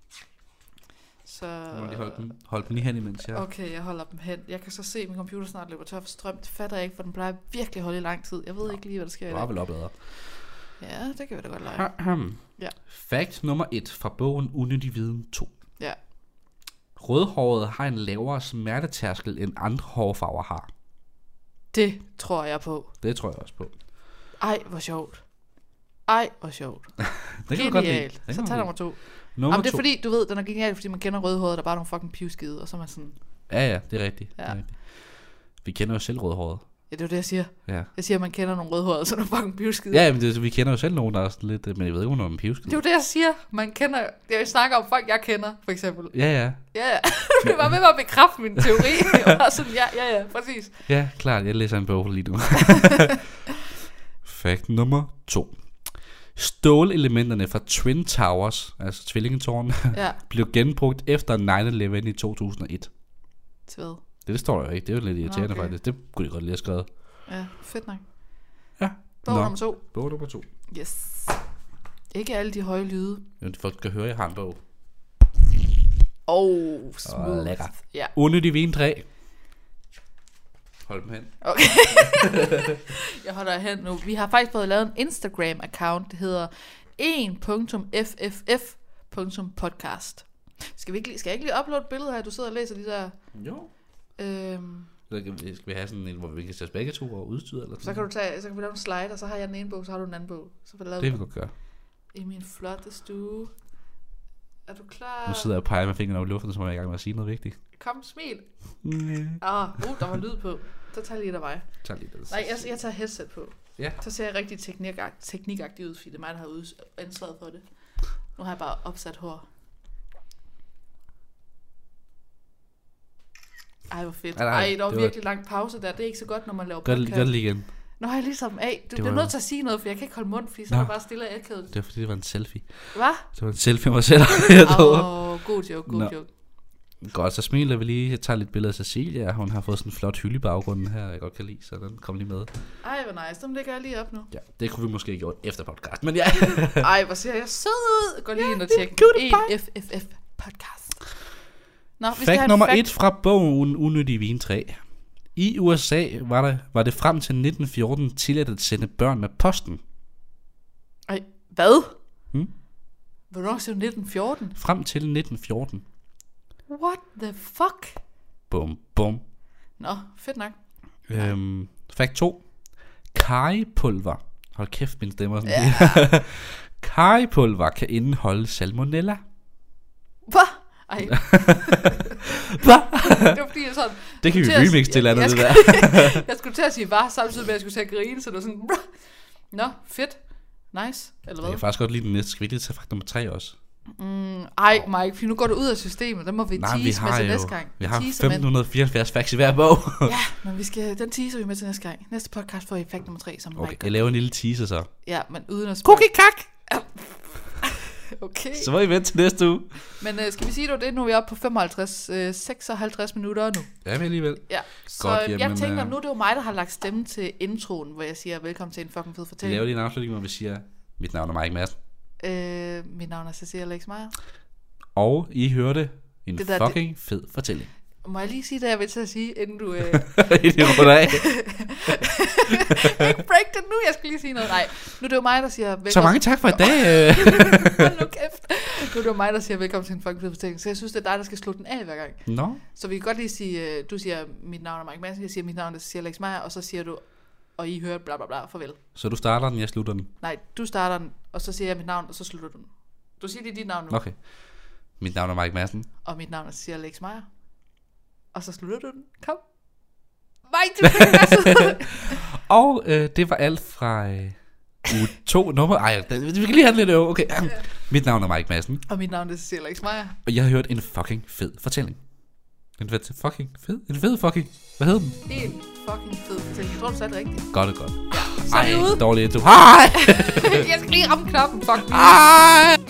Så... Nu må lige holde dem, holde dem lige hen imens jeg... Okay, jeg holder dem hen. Jeg kan så se, at min computer snart løber tør for strøm. Det fatter jeg ikke, for den plejer virkelig at holde i lang tid. Jeg ved ikke lige, hvad der sker i Du har dag. vel oplader. Ja, det kan vi da godt lege. Ja. Fact nummer et fra bogen Unødig Viden to. Ja. Rødhåret har en lavere smertetærskel, end andre hårfarver har. Det tror jeg på. Det tror jeg også på. Ej, hvor sjovt. Ej, hvor sjovt. Det kan du godt lide. Genialt. Det Så kan tag du nummer to. lide. Nummer Jamen, det er to. fordi, du ved, den er genial, fordi man kender rødhåret, der er bare nogle fucking pivskide, og så er man sådan... Ja, ja, det er rigtigt. Ja. Det er rigtigt. Vi kender jo selv rødhåret. Ja, det er jo det, jeg siger. Ja. Jeg siger, at man kender nogle rødhårede, så er nogle fucking pivskide. Ja, men det, vi kender jo selv nogen, der er sådan lidt, men jeg ved ikke, om nogen er en pivskid. Det er jo det, jeg siger. Man kender... Jeg snakker om folk, jeg kender, for eksempel. Ja, ja. Ja, ja. Du var ved med at bekræfte min teori. Jeg var sådan, ja, ja, ja, præcis. Ja, klart. Jeg læser en bog lige nu. Fact nummer to. Stålelementerne fra Twin Towers, altså tvillingetårn, Ja, blev genbrugt efter nine eleven i to tusind og et. til hvad? Det, det står der jo ikke. Det er jo lidt irriterende Okay. faktisk. Det kunne de godt lige have skrevet. Ja, fedt nok. Ja, Bog Nå. nummer to. Bog nummer to. Yes. Ikke alle de høje lyde. Jo, folk kan høre, jeg har en bog. Oh, smooth. Åh, lækker. Ja. Unødig vin tre. Hold dem hen. Okay. Jeg holder hen nu. Vi har faktisk fået lavet en Instagram-account. Det hedder en punktum f f f punktum podcast. Skal, vi ikke, skal jeg ikke lige uploade billeder her? Du sidder og læser de der... Jo. Øhm, Skal vi have sådan en, hvor vi kan tage begge to og udstyre? Eller sådan? så kan du tage, så kan vi lave en slide, og så har jeg den ene bog, så har du den anden bog. Så får jeg lavet Det vil vi godt gøre. i min flotte stue. Er du klar? Nu sidder jeg og peger med fingrene over i luften, som jeg er i gang med at sige noget vigtigt. Kom, smil. Mm. Ah, uh, der var lyd på. Så tager jeg lige af mig. Tag lige det. Nej, jeg, jeg tager headset på. Ja. Så ser jeg rigtig teknikagt, teknikagtig ud, fordi det er mig, der har ud, ansvaret for det. Nu har jeg bare opsat hår. Ej, hvor fedt. Ej, nej, Ej, der var det var- virkelig lang pause der. Det er ikke så godt, når man laver Gør det, podcast. gør det lige igen. Nu har jeg ligesom af. Du Det bliver var- nødt til at sige noget, for jeg kan ikke holde mund, fordi så Nå. er det bare stille og akavet. Det var fordi, det var en selfie. Hvad? Det var en selfie af mig selv. Jeg tror. Åh, oh, god joke, god Nå. joke. Godt, så smiler vi lige. Jeg tager lidt billeder af Cecilia. Hun har fået sådan en flot hylde i baggrunden her, jeg godt kan lide, så den kom lige med. Ej, hvor nice. Dem lægger jeg lige op nu. Ja, det kunne vi måske have gjort efter podcast, men ja. Ej, hvor ser jeg sød ud. Gå lige ind og tjek en F F F podcast. Nå, vi skal have Fact en nummer fact. et fra bogen Unødig vin tre. I U S A var det, var det frem til nitten fjorten tilladt at sende børn med posten. Ej, hvad? Hmm? Hvornår siger du nitten fjorten? Frem til nitten fjorten. What the fuck? Bum, bum. Nå, fedt nok. Øhm, fact to. Karrypulver. Hold kæft, min stemmer sådan. Ja. Karrypulver kan indeholde salmonella. Hvad? Ej, Hvad? det var fordi jeg sådan... Det kan vi til at- remix til jeg- andet, jeg det der. skulle- Jeg skulle til at sige var, samtidig med at jeg skulle til at grine, så det var sådan... Bruh. Nå, fedt. Nice, eller Jeg hvad? kan faktisk godt lide den næste. Skal vi ikke lige tage fact nummer tre også? Mm, ej, Mike, for nu går du ud af systemet. Den må vi Nej, vi tease med har til jo næste gang. vi har Teaser med den. femten fireoghalvfjerds facts i hver bog. Ja, men vi skal, den teaser vi med til næste gang. Næste podcast får I fact nummer tre, som Okay, Mike jeg gør. laver en lille teaser så. Ja, men uden at spørge. Cookie kak! Okay. Så må I vente til næste uge. Men øh, skal vi sige det, det? Nu er vi oppe på femoghalvtreds, øh, seksoghalvtreds minutter nu. Ja, men alligevel. Ja, så Godt, Godt, jeg jamen, tænker, øh, nu er det jo mig, der har lagt stemme til introen, hvor jeg siger, velkommen til en fucking fed Vi fortælling. laver lige en afslutning, hvor vi siger, mit navn er Mike Madsen. Øh, mit navn er Cecilia Lex-Meyer. Og I hørte en Det der, fucking fed fortælling. Må jeg lige sige det, jeg vil til at sige, inden du... Øh... Inden jeg runder af. ikke break det nu, jeg skal lige sige noget. Nej, nu er det jo mig, der siger... Velkommen. Så mange tak for i dag. Hold nu kæft. Nu er det jo mig, der siger, velkommen til en fucking fed fortælling. Så jeg synes, det er dig, der skal slutte den af hver gang. Nå, Så vi kan godt lige sige, øh, du siger, mit navn er Mike Madsen, jeg siger, mit navn er Cecilia Lex-Meyer, og så siger du, og I hørte bla bla bla, farvel. så du starter den, jeg slutter den. Nej, du starter den, og så siger jeg mit navn, og så slutter du den. Du siger lige dit navn nu, Okay. Mit navn er Mike Madsen. og mit navn er Cecilia Lex-Meyer. Og så slutter du den. Kom. Mike, du fik Og øh, det var alt fra øh, uge to nummer. Ej, det- vi kan lige have det lidt over. Okay. Mit navn er Mike Madsen. Og mit navn er Cecilia Lex-Meyer. Og jeg har hørt en fucking fed fortælling. En fed fucking fed? En fed fucking... Hvad hed den? En fucking fed fortælling. Jeg tror, du sagde det rigtigt. Godt og godt. Så er vi ude. Dårligt. Hej! Jeg skal lige ramme knappen. Fuck me. Hej!